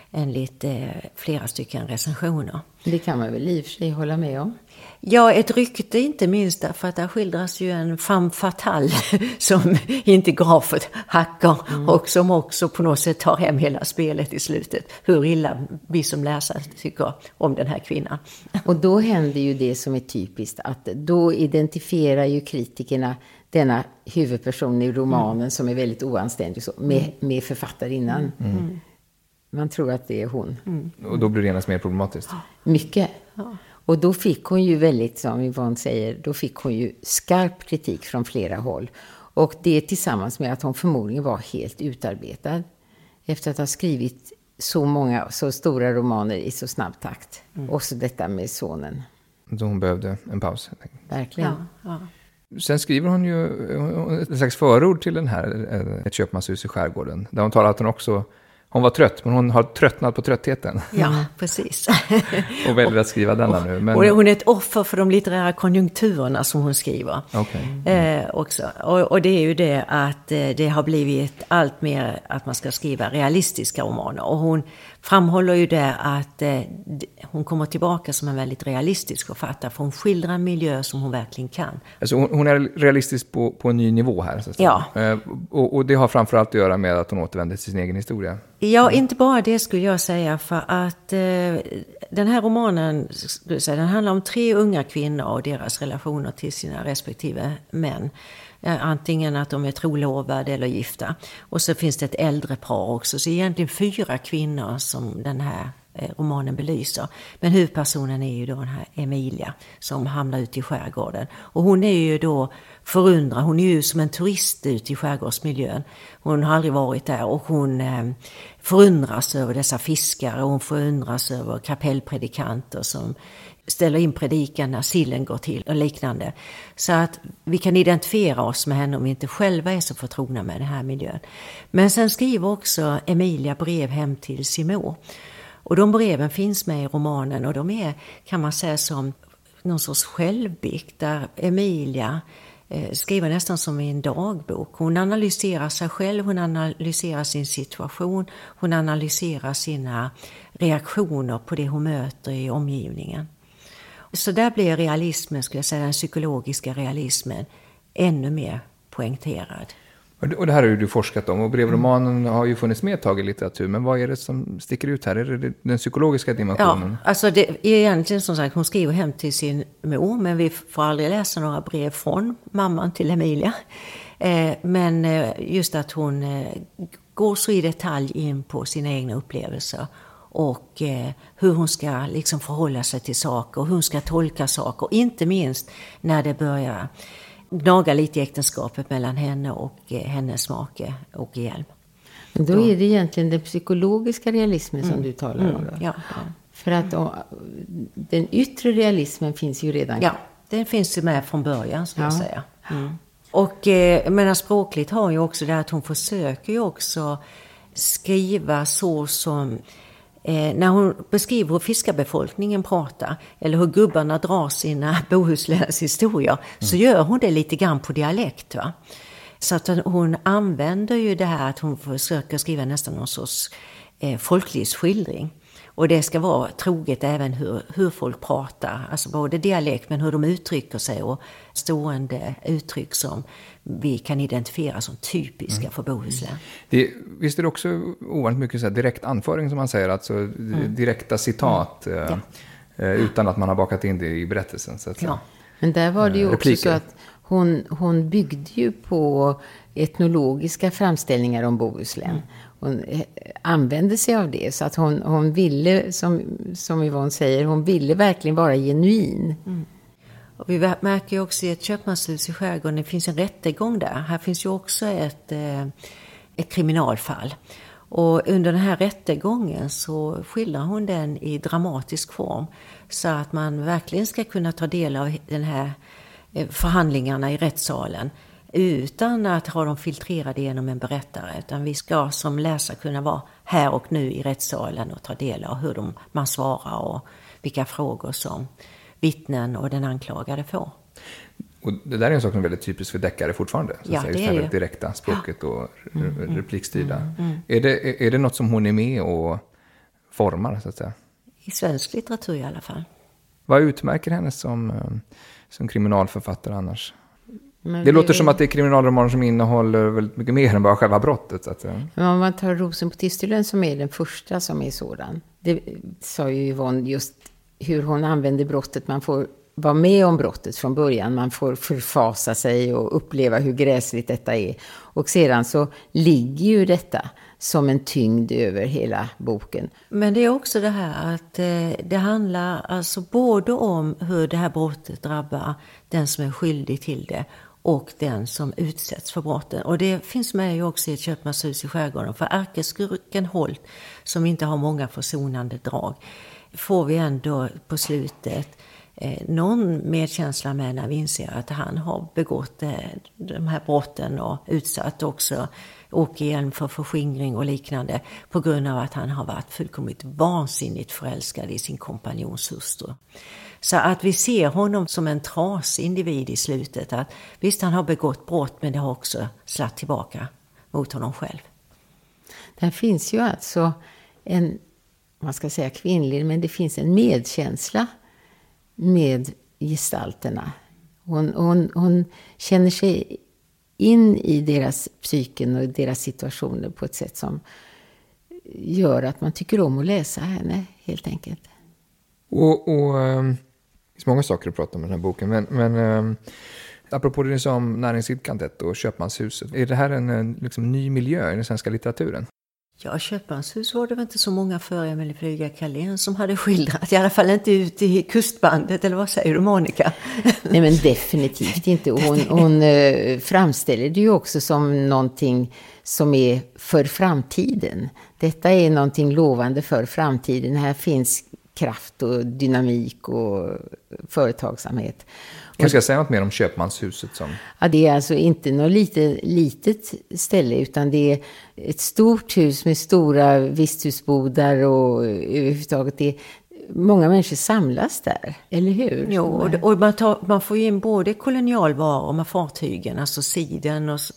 enligt flera stycken recensioner. Det kan man väl i och för sig hålla med om. Ja, ett rykte inte minst, därför att där skildras ju en femme fatale som inte grafet hackar och som också på något sätt tar hem hela spelet i slutet. Hur illa vi som läsare tycker om den här kvinnan. Och då händer ju det som är typiskt, att då identifierar ju kritikerna denna huvudperson i romanen som är väldigt oanständig med författarinnan. Man tror att det är hon. Och då blir det genast mer problematiskt. Mycket. Ja. Och då fick hon ju väldigt, som Yvonne säger, då fick hon ju skarp kritik från flera håll. Och det tillsammans med att hon förmodligen var helt utarbetad efter att ha skrivit så stora romaner i så snabb takt. Och så detta med sonen. Så hon behövde en paus. Verkligen. Ja. Sen skriver hon ju ett slags förord till den här Ett köpmanshus i skärgården. Där hon talar att hon var trött, men hon har tröttnat på tröttheten. Ja, precis. Och väljer att skriva denna nu. Men... Och hon är ett offer för de litterära konjunkturerna som hon skriver. Också. Och det är ju det att det har blivit allt mer att man ska skriva realistiska romaner. Och hon framhåller ju det att hon kommer tillbaka som en väldigt realistisk författare. För hon skildrar en miljö som hon verkligen kan. Alltså hon är realistisk på en ny nivå här. Så att säga. Ja. Och det har framförallt att göra med att hon återvänder till sin egen historia. Ja, inte bara det skulle jag säga, för att den här romanen den handlar om 3 unga kvinnor och deras relationer till sina respektive män. Antingen att de är trolovade eller gifta. Och så finns det ett äldre par också, så egentligen 4 kvinnor som den här romanen belyser. Men huvudpersonen är ju då den här Emilia som hamnar ute i skärgården. Och hon är ju då förundrad, hon är ju som en turist ute i skärgårdsmiljön. Hon har aldrig varit där och hon förundras över dessa fiskare och hon förundras över kapellpredikanter som ställer in predikan när sillen går till och liknande. Så att vi kan identifiera oss med henne om vi inte själva är så förtrogna med den här miljön. Men sen skriver också Emilia brev hem till Simå. Och de breven finns med i romanen och de är, kan man säga, som någon sorts självbikt där Emilia skriver nästan som i en dagbok. Hon analyserar sig själv, hon analyserar sin situation, hon analyserar sina reaktioner på det hon möter i omgivningen. Så där blir realismen, skulle jag säga, den psykologiska realismen ännu mer poängterad. Och det här har ju du forskat om, och brevromanen har ju funnits med ett tag i litteratur, men vad är det som sticker ut här? Är det den psykologiska dimensionen? Ja, alltså det är egentligen som sagt, hon skriver hem till sin mor, men vi får aldrig läsa några brev från mamman till Emilia. Men just att hon går så i detalj in på sina egna upplevelser och hur hon ska liksom förhålla sig till saker och hur hon ska tolka saker. Inte minst när det börjar gnaga lite i äktenskapet mellan henne och hennes make och Hjelm. Men då är det egentligen den psykologiska realismen som du talar om. Ja. För att den yttre realismen finns ju redan. Ja, den finns ju med från början, skulle jag säga. Och men språkligt har ju också det att hon försöker ju också skriva så som när hon beskriver hur fiskarbefolkningen pratar eller hur gubbarna drar sina bohusläns historier, så gör hon det lite grann på dialekt, va? Så att hon använder ju det här att hon försöker skriva nästan någon sorts folklivsskildring. Och det ska vara troget även hur folk pratar, alltså både dialekt men hur de uttrycker sig och stående uttryck som vi kan identifiera som typiska för Bohuslän. Visst är det också ovanligt mycket så här direkt anföring som man säger, alltså direkta citat utan att man har bakat in det i berättelsen. Så att säga. Men där var det ju också så att hon byggde ju på etnologiska framställningar om Bohuslän. Hon använde sig av det, så att hon ville, som Yvonne säger, hon ville verkligen vara genuin. Och vi märker ju också i Ett köpmanshus i skärgården, det finns en rättegång där. Här finns ju också ett kriminalfall. Och under den här rättegången så skildrar hon den i dramatisk form. Så att man verkligen ska kunna ta del av den här förhandlingarna i rättssalen utan att ha dem filtrerade genom en berättare. Utan vi ska som läsare kunna vara här och nu i rättssalen och ta del av hur man svarar och vilka frågor som vittnen och den anklagade får. Och det där är en sak som är väldigt typisk för deckare fortfarande. Så ja, att säga, det just är det direkta språket och replikstyrda. Är det något som hon är med och formar, så att säga. I svensk litteratur i alla fall. Vad utmärker henne som kriminalförfattare annars? Det låter som att det är kriminalromaner som innehåller väldigt mycket mer än bara själva brottet. Så att, Men om man tar Rosen på Tistelön som är den första som är sådan. Det sa ju Yvonne, just hur hon använder brottet. Man får vara med om brottet från början. Man får förfasa sig och uppleva hur gräsligt detta är. Och sedan så ligger ju detta som en tyngd över hela boken. Men det är också det här att det handlar alltså både om hur det här brottet drabbar den som är skyldig till det och den som utsätts för brotten. Och det finns med ju också i Ett köpmanshus i skärgården. För ärkeskurken Holt, som inte har många försonande drag, får vi ändå på slutet någon medkänsla med när vi inser att han har begått de här brotten och utsatt också Åke igen för förskingring och liknande på grund av att han har varit fullkomligt vansinnigt förälskad i sin kompanjons hustru. Så att vi ser honom som en trasig individ i slutet. Att visst, han har begått brott, men det har också slagit tillbaka mot honom själv. Där finns ju alltså en, man ska säga kvinnlig, men det finns en medkänsla med gestalterna. Hon känner sig in i deras psyken och deras situationer på ett sätt som gör att man tycker om att läsa henne, helt enkelt. Och det finns många saker att prata om i den här boken, men apropå det som Näringsidkandet och Köpmanshuset, är det här en liksom ny miljö i den svenska litteraturen? Ja, Köpmanshus var det väl inte så många före Emelie Flyga-Carlén som hade skildrat, i alla fall inte ute i kustbandet, eller vad säger du, Monica? Nej, men definitivt inte. Hon framställer det ju också som någonting som är för framtiden. Detta är någonting lovande för framtiden. Här finns kraft och dynamik och företagsamhet. Kanske jag säga något mer om Köpmanshuset som... Ja, det är alltså inte något litet ställe, utan det är ett stort hus med stora visthusbodar och överhuvudtaget det är många människor samlas där, eller hur? Jo, och man får ju in både kolonialvaror med fartygen, alltså siden och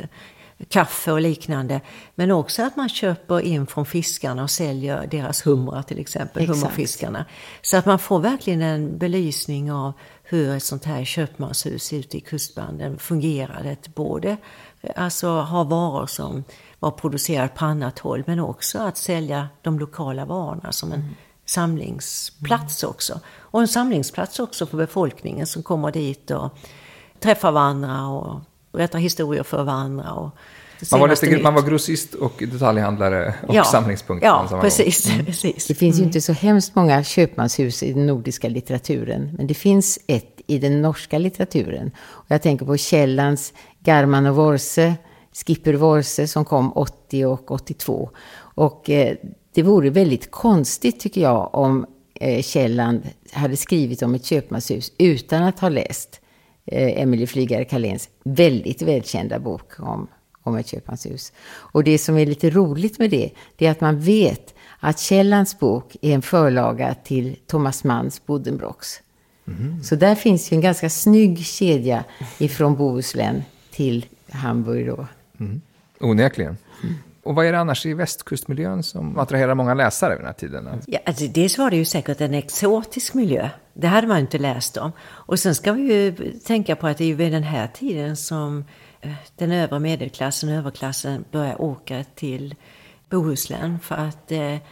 kaffe och liknande, men också att man köper in från fiskarna och säljer deras humrar till exempel, hummerfiskarna. Så att man får verkligen en belysning av hur ett sånt här köpmanshus ute i kustbanden fungerar. Att både alltså ha varor som var producerade på annat håll, men också att sälja de lokala varorna som en samlingsplats också. Och en samlingsplats också för befolkningen som kommer dit och träffar varandra och berättar historier för varandra. Och man var grossist och detaljhandlare och samlingspunkt. Ja, precis. Det finns ju inte så hemskt många köpmanshus i den nordiska litteraturen, men det finns ett i den norska litteraturen. Och jag tänker på Kiellands Garman och Vorse, Skipper Vorse, som kom 80 och 82. Och det vore väldigt konstigt, tycker jag, om Kielland hade skrivit om ett köpmanshus utan att ha läst Emelie Flyga-Carléns väldigt välkända bok om ett köpmanshus. Och det som är lite roligt med det är att man vet att Kiellands bok är en förlaga till Thomas Manns Buddenbrooks. Så där finns ju en ganska snygg kedja ifrån Bohuslän till Hamburg då. Onekligen. Och vad är det annars i västkustmiljön som attraherar många läsare vid den här tiden? Ja, alltså dels var det ju säkert en exotisk miljö. Det hade man inte läst om. Och sen ska vi ju tänka på att det är ju vid den här tiden som den övre medelklassen och överklassen börjar åka till Bohuslän för att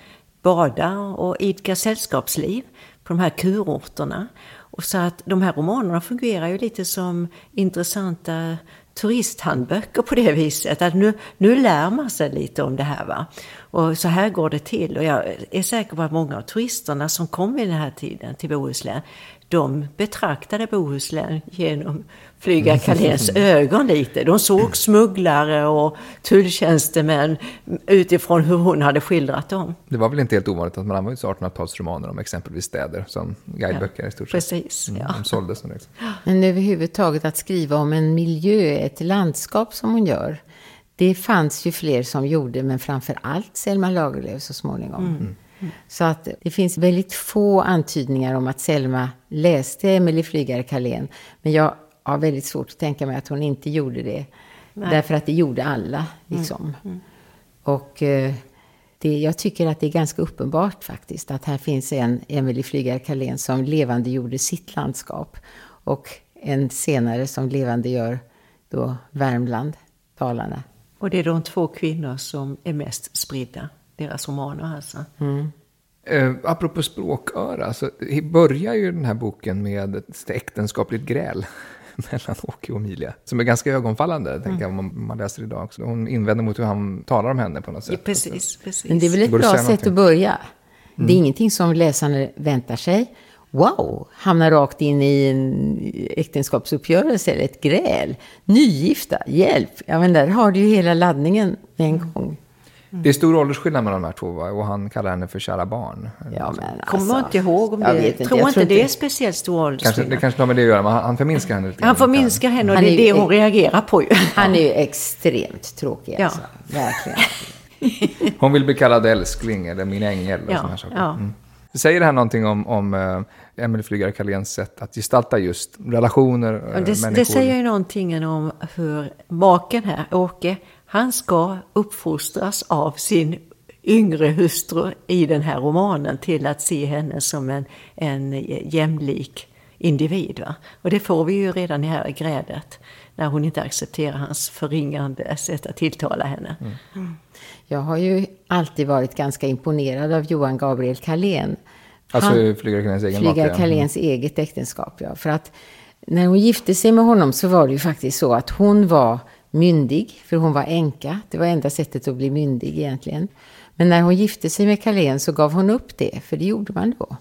bada och idka sällskapsliv på de här kurorterna. Och så att de här romanerna fungerar ju lite som intressanta turisthandböcker på det viset. Att nu lär man sig lite om det här, va. Och så här går det till. Och jag är säker på att många av turisterna som kom vid den här tiden till Bohuslän, de betraktade Bohuslän genom Flyga-Carléns ögon lite. De såg smugglare och tulltjänstemän utifrån hur hon hade skildrat dem. Det var väl inte helt ovanligt att man använde 1800-talsromaner om exempelvis städer som guideböcker i stort sett. Precis, ja. De såldes som liksom. Men överhuvudtaget att skriva om en miljö, ett landskap som hon gör, det fanns ju fler som gjorde, men framför allt Selma Lagerlöf så småningom. Så att det finns väldigt få antydningar om att Selma läste Emelie Flyga-Carlén. Men jag har väldigt svårt att tänka mig att hon inte gjorde det. Nej. Därför att det gjorde alla. Liksom. Och Jag tycker att det är ganska uppenbart faktiskt att här finns en Emelie Flygare-Carlén som levande gjorde sitt landskap och en senare som levande gör då Värmland, Dalarna. Och det är de 2 kvinnor som är mest spridda, deras romaner alltså. Apropå språköra, så börjar ju den här boken med ett äktenskapligt gräl mellan Åke och Emilia, som är ganska ögonfallande, tänker jag, om man läser idag också. Hon invänder mot hur han talar om henne på något sätt. Ja, precis. Men det är väl ett bra sätt att börja. Det är ingenting som läsarna väntar sig. Wow, hamnar rakt in i en äktenskapsuppgörelse eller ett gräl. Nygifta, hjälp. Ja, men där har du ju hela laddningen med en gång. Det är stor åldersskillnad mellan de här 2, och han kallar henne för kära barn. Ja, men alltså, kommer man inte ihåg om det. Tror inte det är speciellt stor åldersskillnad. Det kanske har med det att göra, men han förminskar henne lite. Han förminskar henne, och det är det hon reagerar på. Han är ju extremt tråkig alltså. Verkligen. Hon vill bli kallad älskling eller min ängel och såna här saker. Ja. Säger det här någonting om Emelie Flygare-Carléns sätt att gestalta just relationer, människor? Det säger ju någonting om hur maken här, Åke, han ska uppfostras av sin yngre hustru i den här romanen till att se henne som en jämlik individ. Va? Och det får vi ju redan i här grädet, när hon inte accepterar hans förringande sätt att tilltala henne. Jag har ju alltid varit ganska imponerad av Johan Gabriel Carlén. Alltså Flygare-Carléns egen make. Flygare-Carléns eget äktenskap, ja. För att när hon gifte sig med honom så var det ju faktiskt så att hon var myndig, för hon var änka. Det var enda sättet att bli myndig egentligen. Men när hon gifte sig med Carlén så gav hon upp det, för det gjorde man då.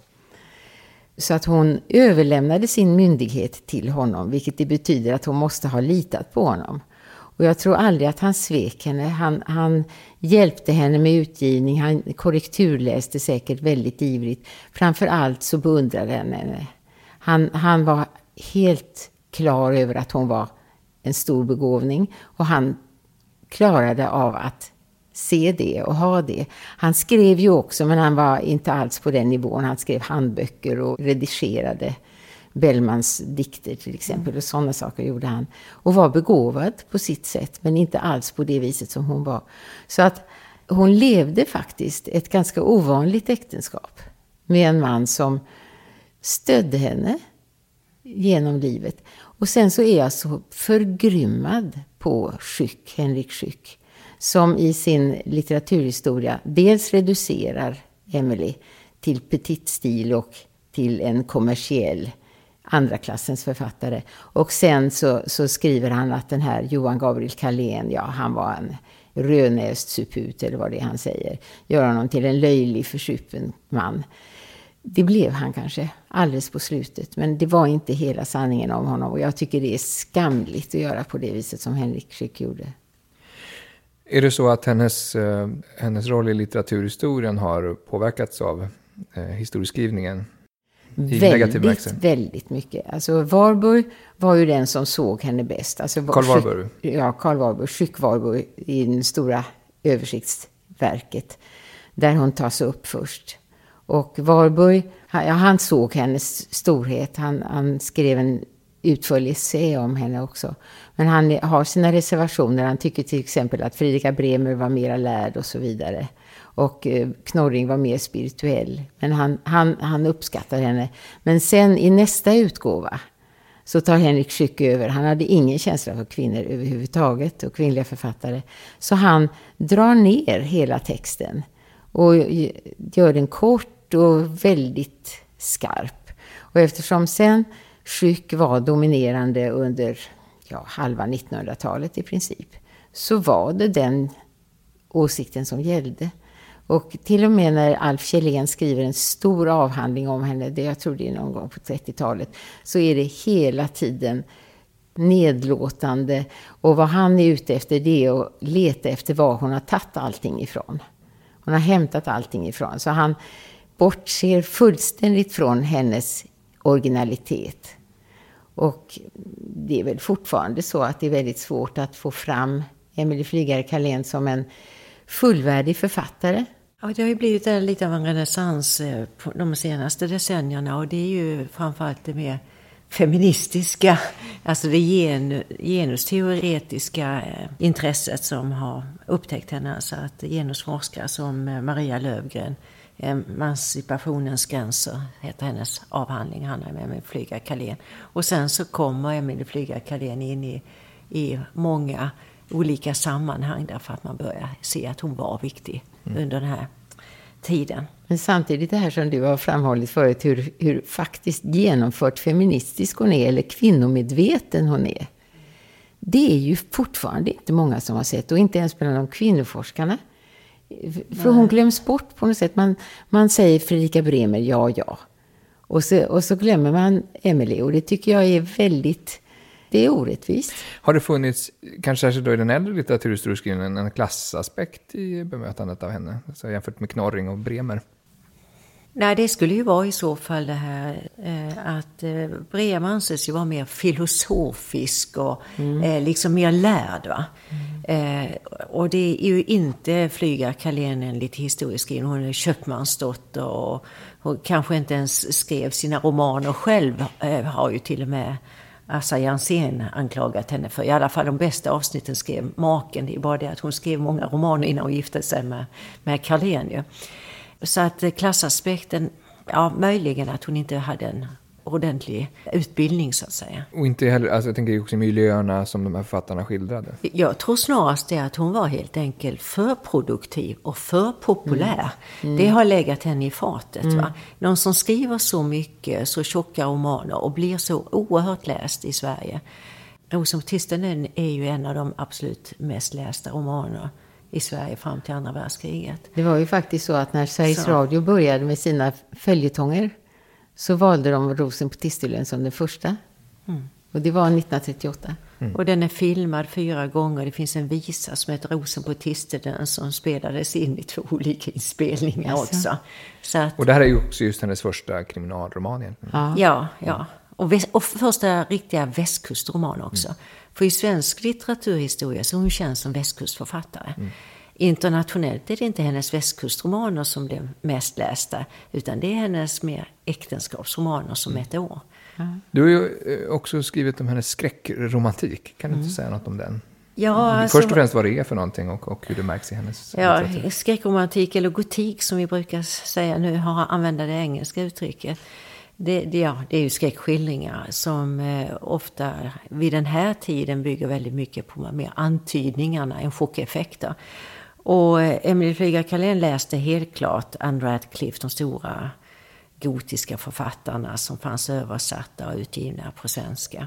Så att hon överlämnade sin myndighet till honom, vilket det betyder att hon måste ha litat på honom. Och jag tror aldrig att han svek henne. Han hjälpte henne med utgivning. Han korrekturläste säkert väldigt ivrigt. Framförallt så beundrade han henne. Han var helt klar över att hon var en stor begåvning. Och han klarade av att se det och ha det. Han skrev ju också, men han var inte alls på den nivån. Han skrev handböcker och redigerade Bellmans dikter till exempel, och sådana saker gjorde han. Och var begåvad på sitt sätt, men inte alls på det viset som hon var. Så att hon levde faktiskt ett ganska ovanligt äktenskap med en man som stödde henne genom livet. Och sen så är jag så förgrymmad på Henrik Schück, som i sin litteraturhistoria dels reducerar Emelie till petitstil och till en kommersiell andra klassens författare. Och sen så skriver han att den här Johan Gabriel Carlén, ja, han var en rödnäst suput, eller vad det är han säger. Gör honom till en löjlig försupen man. Det blev han kanske alldeles på slutet, men det var inte hela sanningen om honom. Och jag tycker det är skamligt att göra på det viset som Henrik Schück gjorde. Är det så att hennes roll i litteraturhistorien har påverkats av historieskrivningen? Väldigt mycket. Alltså Warburg var ju den som såg henne bäst. Alltså, Karl Warburg? Ja, Karl Warburg. Schück Warburg i den stora översiktsverket. Där hon tas upp först. Och Warburg, han såg hennes storhet. Han skrev en utförlig essä om henne också. Men han har sina reservationer. Han tycker till exempel att Fredrika Bremer var mera lärd och så vidare. Och Knorring var mer spirituell. Men han uppskattar henne. Men sen i nästa utgåva så tar Henrik Schück över. Han hade ingen känsla för kvinnor överhuvudtaget och kvinnliga författare. Så han drar ner hela texten och gör den kort och väldigt skarp. Och eftersom sen Schück var dominerande under halva 1900-talet i princip, så var det den åsikten som gällde. Och till och med när Alf Kjellén skriver en stor avhandling om henne, det jag tror det är någon gång på 30-talet, så är det hela tiden nedlåtande. Och vad han är ute efter, det är att leta efter var hon har tagit allting ifrån. Hon har hämtat allting ifrån. Så han bortser fullständigt från hennes originalitet. Och det är väl fortfarande så att det är väldigt svårt att få fram Emelie Flygare-Carlén som en fullvärdig författare. Ja, det har ju blivit lite av en renässans på de senaste decennierna, och det är ju framförallt det mer feministiska, alltså det genusteoretiska intresset som har upptäckt henne. Alltså att genusforskare som Maria Löfgren, Emancipationens gränser heter hennes avhandling, han är med Emilie Flygare-Carlén. Och sen så kommer Emilie Flygare-Carlén in i många olika sammanhang därför att man börjar se att hon var viktig under den här tiden. Men samtidigt det här som du har framhållit förut, hur faktiskt genomfört feministisk hon är, eller kvinnomedveten hon är. Det är ju fortfarande inte många som har sett, och inte ens bland de kvinnoforskarna. För hon glöms bort på något sätt. Man säger Fredrika Bremer, ja. Och så glömmer man Emilie, och det tycker jag är väldigt... Det är orättvist. Har det funnits, kanske särskilt då i den äldre litteraturhistorien, en klassaspekt i bemötandet av henne? Alltså jämfört med Knorring och Bremer. Nej, det skulle ju vara i så fall det här att Bremer anses ju vara mer filosofisk och liksom mer lärd, va? Och det är ju inte Flygare-Carlén enligt historisk. Hon är köpmansdotter och kanske inte ens skrev sina romaner själv, har ju till och med Assa Jansén anklagat henne för. I alla fall de bästa avsnitten skrev maken. Det är bara det att hon skrev många romaner innan hon gifte sig med Carlén ju. Så att klassaspekten, ja, möjligen att hon inte hade en ordentlig utbildning så att säga. Och inte heller, alltså jag tänker också i miljöerna som de här författarna skildrade. Jag tror snarast det att hon var helt enkelt för produktiv och för populär. Det har legat henne i fatet, va? Någon som skriver så mycket, så tjocka romaner och blir så oerhört läst i Sverige. Rosen på Tistelen är ju en av de absolut mest lästa romanerna i Sverige fram till andra världskriget. Det var ju faktiskt så att när Sveriges Radio började med sina följetonger så valde de Rosen på Tistelen som den första. Och det var 1938. Och den är filmad 4 gånger. Det finns en visa som heter Rosen på Tistelen som spelades in i 2 olika inspelningar också. Så att, och det här är ju också just hennes första kriminalroman egentligen. Ja. Och första riktiga västkustroman också. För i svensk litteraturhistoria så hon känns som västkustförfattare. Internationellt är det inte hennes västkustromaner som blev mest lästa, utan det är hennes mer äktenskapsromaner som ett år. Du har ju också skrivit om hennes skräckromantik. Kan du inte säga något om den? Ja, alltså, först och främst vad det är för någonting och hur det märks i hennes litteratur. Skräckromantik eller gotik som vi brukar säga nu, har använt det engelska uttrycket. Det är ju skräckskildringar som ofta vid den här tiden bygger väldigt mycket på mer antydningarna än chockeffekter. Och Emilie Flygare-Carlén läste helt klart Anne Radcliffe, de stora gotiska författarna som fanns översatta och utgivna på svenska.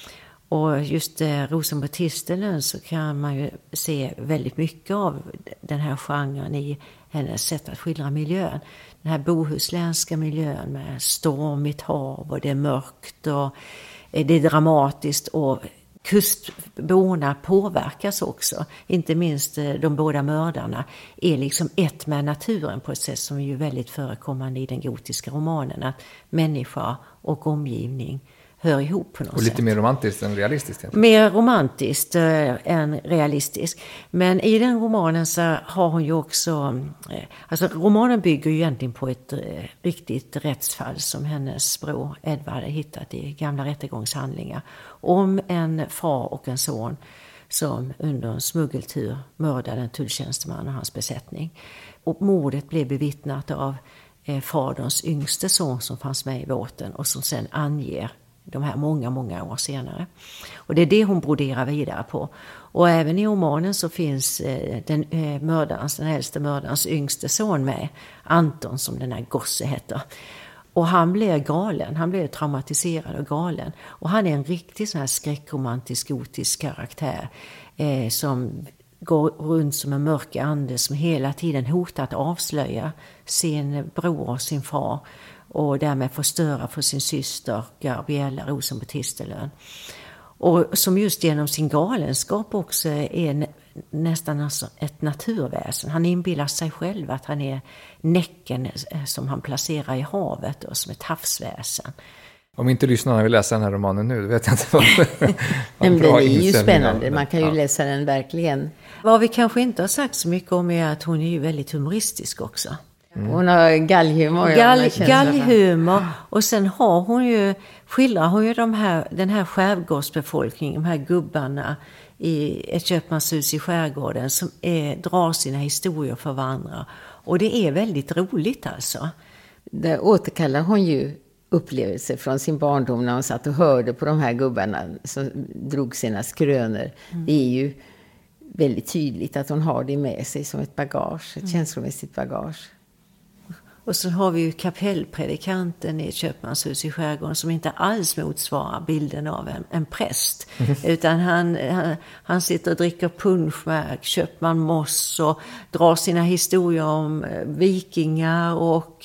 Och just Rosen på Tistelen så kan man ju se väldigt mycket av den här genren i hennes sätt att skildra miljön. Den här bohuslänska miljön med stormigt hav och det är mörkt och det är dramatiskt och kustborna påverkas också. Inte minst de båda mördarna är liksom ett med naturen på ett sätt som är ju väldigt förekommande i den gotiska romanen. Att människa och omgivning hör ihop på något sätt. Och lite mer romantiskt än realistiskt egentligen. Mer romantiskt än realistiskt. Men i den romanen så har hon ju också... Alltså romanen bygger ju egentligen på ett riktigt rättsfall som hennes bror Edvard hade hittat i gamla rättegångshandlingar. Om en far och en son som under en smuggeltur mördade en tulltjänsteman och hans besättning. Och mordet blev bevittnat av faderns yngste son som fanns med i båten och som sen anger de här många år senare. Och det är det hon broderar vidare på. Och även i romanen så finns den äldste mördarens yngste son med, Anton som den här gosse heter. Och han blir galen, han blir traumatiserad och galen. Och han är en riktig sån här skräckromantisk gotisk karaktär som går runt som en mörk ande som hela tiden hotar att avslöja sin bror och sin far. Och därmed förstöra för sin syster Gabriella Rosen på Tistelen. Och som just genom sin galenskap också är nästan alltså ett naturväsen. Han inbillar sig själv att han är näcken som han placerar i havet och som ett havsväsen. Om inte lyssnarna vill läsa den här romanen nu, då vet jag inte vad. Nej, men det är ju spännande, man kan ju läsa den verkligen. Vad vi kanske inte har sagt så mycket om är att hon är ju väldigt humoristisk också. Hon har gallhumor. Gallhumor. Och sen skildrar hon ju den här skärgårdsbefolkningen, de här gubbarna i ett köpmanshus i skärgården som drar sina historier för varandra. Och det är väldigt roligt alltså. Där återkallar hon ju upplevelser från sin barndom när hon satt och hörde på de här gubbarna som drog sina skrönor. Det är ju väldigt tydligt att hon har det med sig som ett bagage, ett känslomässigt bagage. Och så har vi ju kapellpredikanten i ett köpmanshus i skärgården som inte alls motsvarar bilden av en präst. Utan han sitter och dricker punsch med köpman Moss och drar sina historier om vikingar och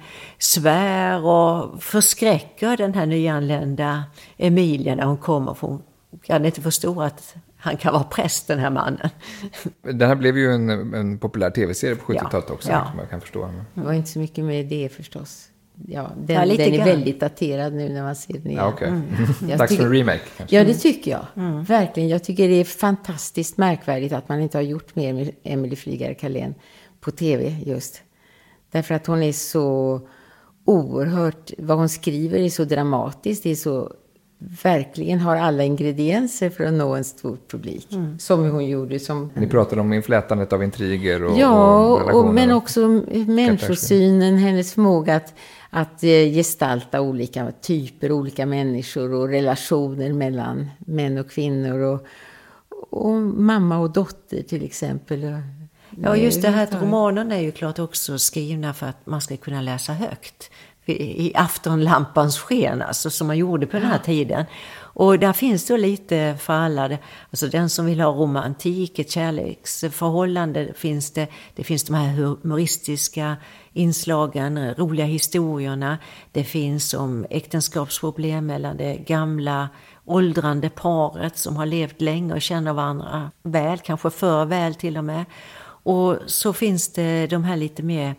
svär och förskräcker den här nyanlända Emilia när hon kommer. För hon kan inte förstå att han kan vara präst, den här mannen. Den här blev ju en populär tv-serie på 70-talet också, som jag kan förstå. Det var inte så mycket med det förstås. Ja, den är väldigt daterad nu när man ser den igen. Ja, okay. Dags för en remake kanske. Ja, det tycker jag. Verkligen. Jag tycker det är fantastiskt märkvärdigt att man inte har gjort mer med Emelie Flygare-Carlén på tv just. Därför att hon är så oerhört, vad hon skriver är så dramatiskt, det är så verkligen har alla ingredienser för att nå en stor publik. Som hon gjorde. Ni pratade om inflätandet av intriger och relationer. Men också människosynen, hennes förmåga att gestalta olika typer, olika människor och relationer mellan män och kvinnor och mamma och dotter till exempel. Ja, just det här att romanerna är ju klart också skrivna för att man ska kunna läsa högt. I aftonlampans sken, alltså, som man gjorde på den här tiden. Och där finns då lite för alla. Alltså den som vill ha romantik, ett kärleksförhållande finns det. Det finns de här humoristiska inslagen, roliga historierna. Det finns om äktenskapsproblem mellan det gamla åldrande paret som har levt länge och känner varandra väl, kanske för väl till och med. Och så finns det de här lite mer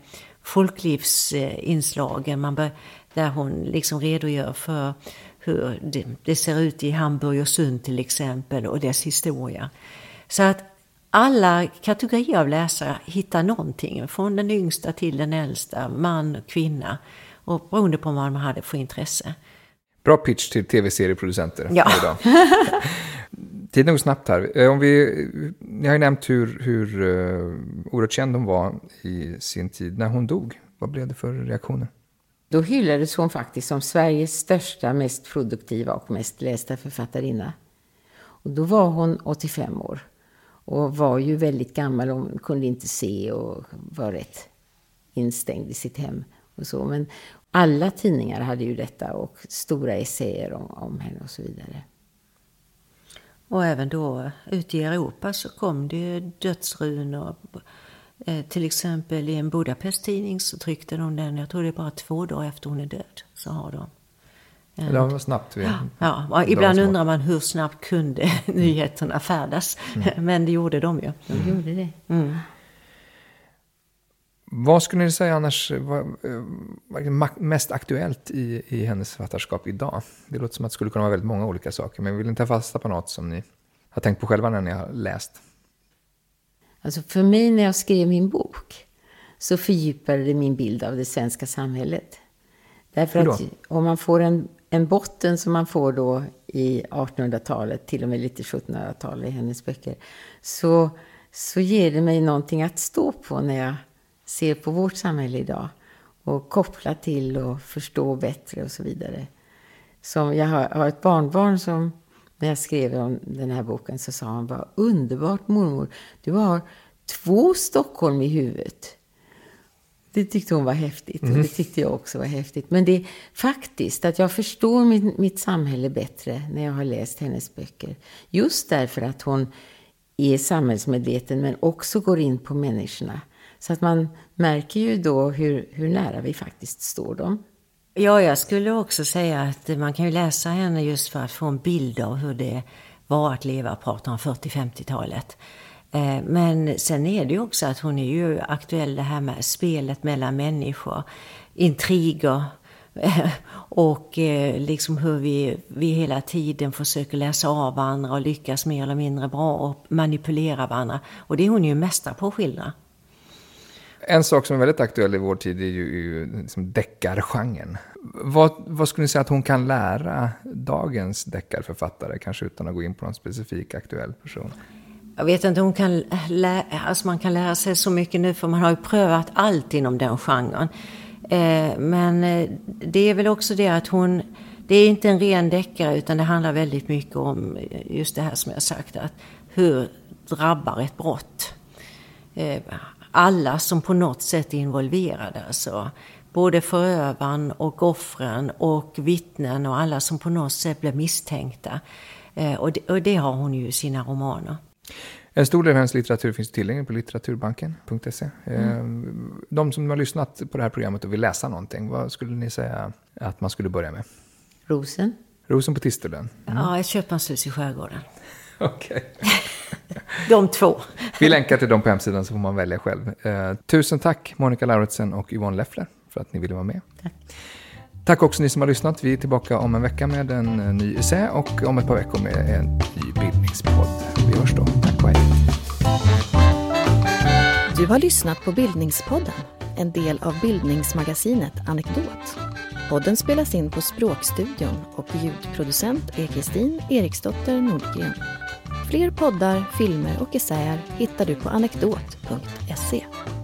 folklivsinslagen där hon liksom redogör för hur det ser ut i Hamburg och Sund till exempel och dess historia. Så att alla kategorier av läsare hittar någonting från den yngsta till den äldsta, man och kvinna, och beroende på vad man hade för intresse. Bra pitch till tv-serieproducenter idag. Tiden går snabbt här. Ni har ju nämnt hur oerhört känd hon var i sin tid. När hon dog, vad blev det för reaktioner? Då hyllades hon faktiskt som Sveriges största, mest produktiva och mest lästa författarinna. Och då var hon 85 år. Och var ju väldigt gammal och kunde inte se och var rätt instängd i sitt hem. Och så. Men alla tidningar hade ju detta och stora essäer om henne och så vidare. Och även då ute i Europa så kom det dödsrunor. Till exempel i en Budapest-tidning så tryckte de den, jag tror det är bara 2 dagar efter hon är död, så har de. Det var snabbt. Ibland undrar man hur snabbt kunde nyheterna färdas. Men det gjorde de ju. De gjorde det. Vad skulle ni säga annars var mest aktuellt i hennes författarskap idag? Det låter som att det skulle kunna vara väldigt många olika saker. Men vill ni ta fasta på något som ni har tänkt på själva när ni har läst? Alltså för mig när jag skrev min bok så fördjupade det min bild av det svenska samhället. Därför att om man får en botten som man får då i 1800-talet, till och med lite 1700-talet i hennes böcker, så ger det mig någonting att stå på när jag ser på vårt samhälle idag och koppla till och förstå bättre och så vidare. Som jag har ett barnbarn som när jag skrev om den här boken så sa han, vad underbart mormor, du har 2 Stockholm i huvudet. Det tyckte hon var häftigt och det tyckte jag också var häftigt. Men det är faktiskt att jag förstår mitt samhälle bättre när jag har läst hennes böcker. Just därför att hon är samhällsmedveten men också går in på människorna. Så att man märker ju då hur nära vi faktiskt står dem. Ja, jag skulle också säga att man kan ju läsa henne just för att få en bild av hur det var att leva på 1840-50-talet. Men sen är det ju också att hon är ju aktuell det här med spelet mellan människor, intriger och liksom hur vi hela tiden försöker läsa av varandra och lyckas mer eller mindre bra och manipulera varandra. Och det är hon ju mästare på att skildra. En sak som är väldigt aktuell i vår tid är ju liksom deckargenren. Vad skulle ni säga att hon kan lära dagens deckarförfattare, kanske utan att gå in på någon specifik aktuell person? Jag vet inte om man kan lära sig så mycket nu, för man har ju prövat allt inom den genren. Men det är väl också det att det är inte en ren deckare, utan det handlar väldigt mycket om just det här som jag sagt, att hur drabbar ett brott alla som på något sätt är involverade, alltså både förövaren och offren och vittnen och alla som på något sätt blir misstänkta. Och det har hon ju i sina romaner. En stor del av hennes litteratur finns tillgänglig på litteraturbanken.se. De som har lyssnat på det här programmet och vill läsa någonting, vad skulle ni säga att man skulle börja med? Rosen på Tistelen. Ja, ett köpmanshus i skärgården. Okej. De två. Vi länkar till dem på hemsidan så får man välja själv. Tusen tack Monica Lauritsen och Yvonne Leffler för att ni ville vara med. Tack också ni som har lyssnat. Vi är tillbaka om en vecka med en ny essä och om ett par veckor med en ny bildningspodd. Vi hörs då. Tack och hej. Du har lyssnat på Bildningspodden, en del av bildningsmagasinet Anekdot. Podden spelas in på Språkstudion och ljudproducent är Kristin Eriksdotter Nordgren. Fler poddar, filmer och essäer hittar du på anekdot.se.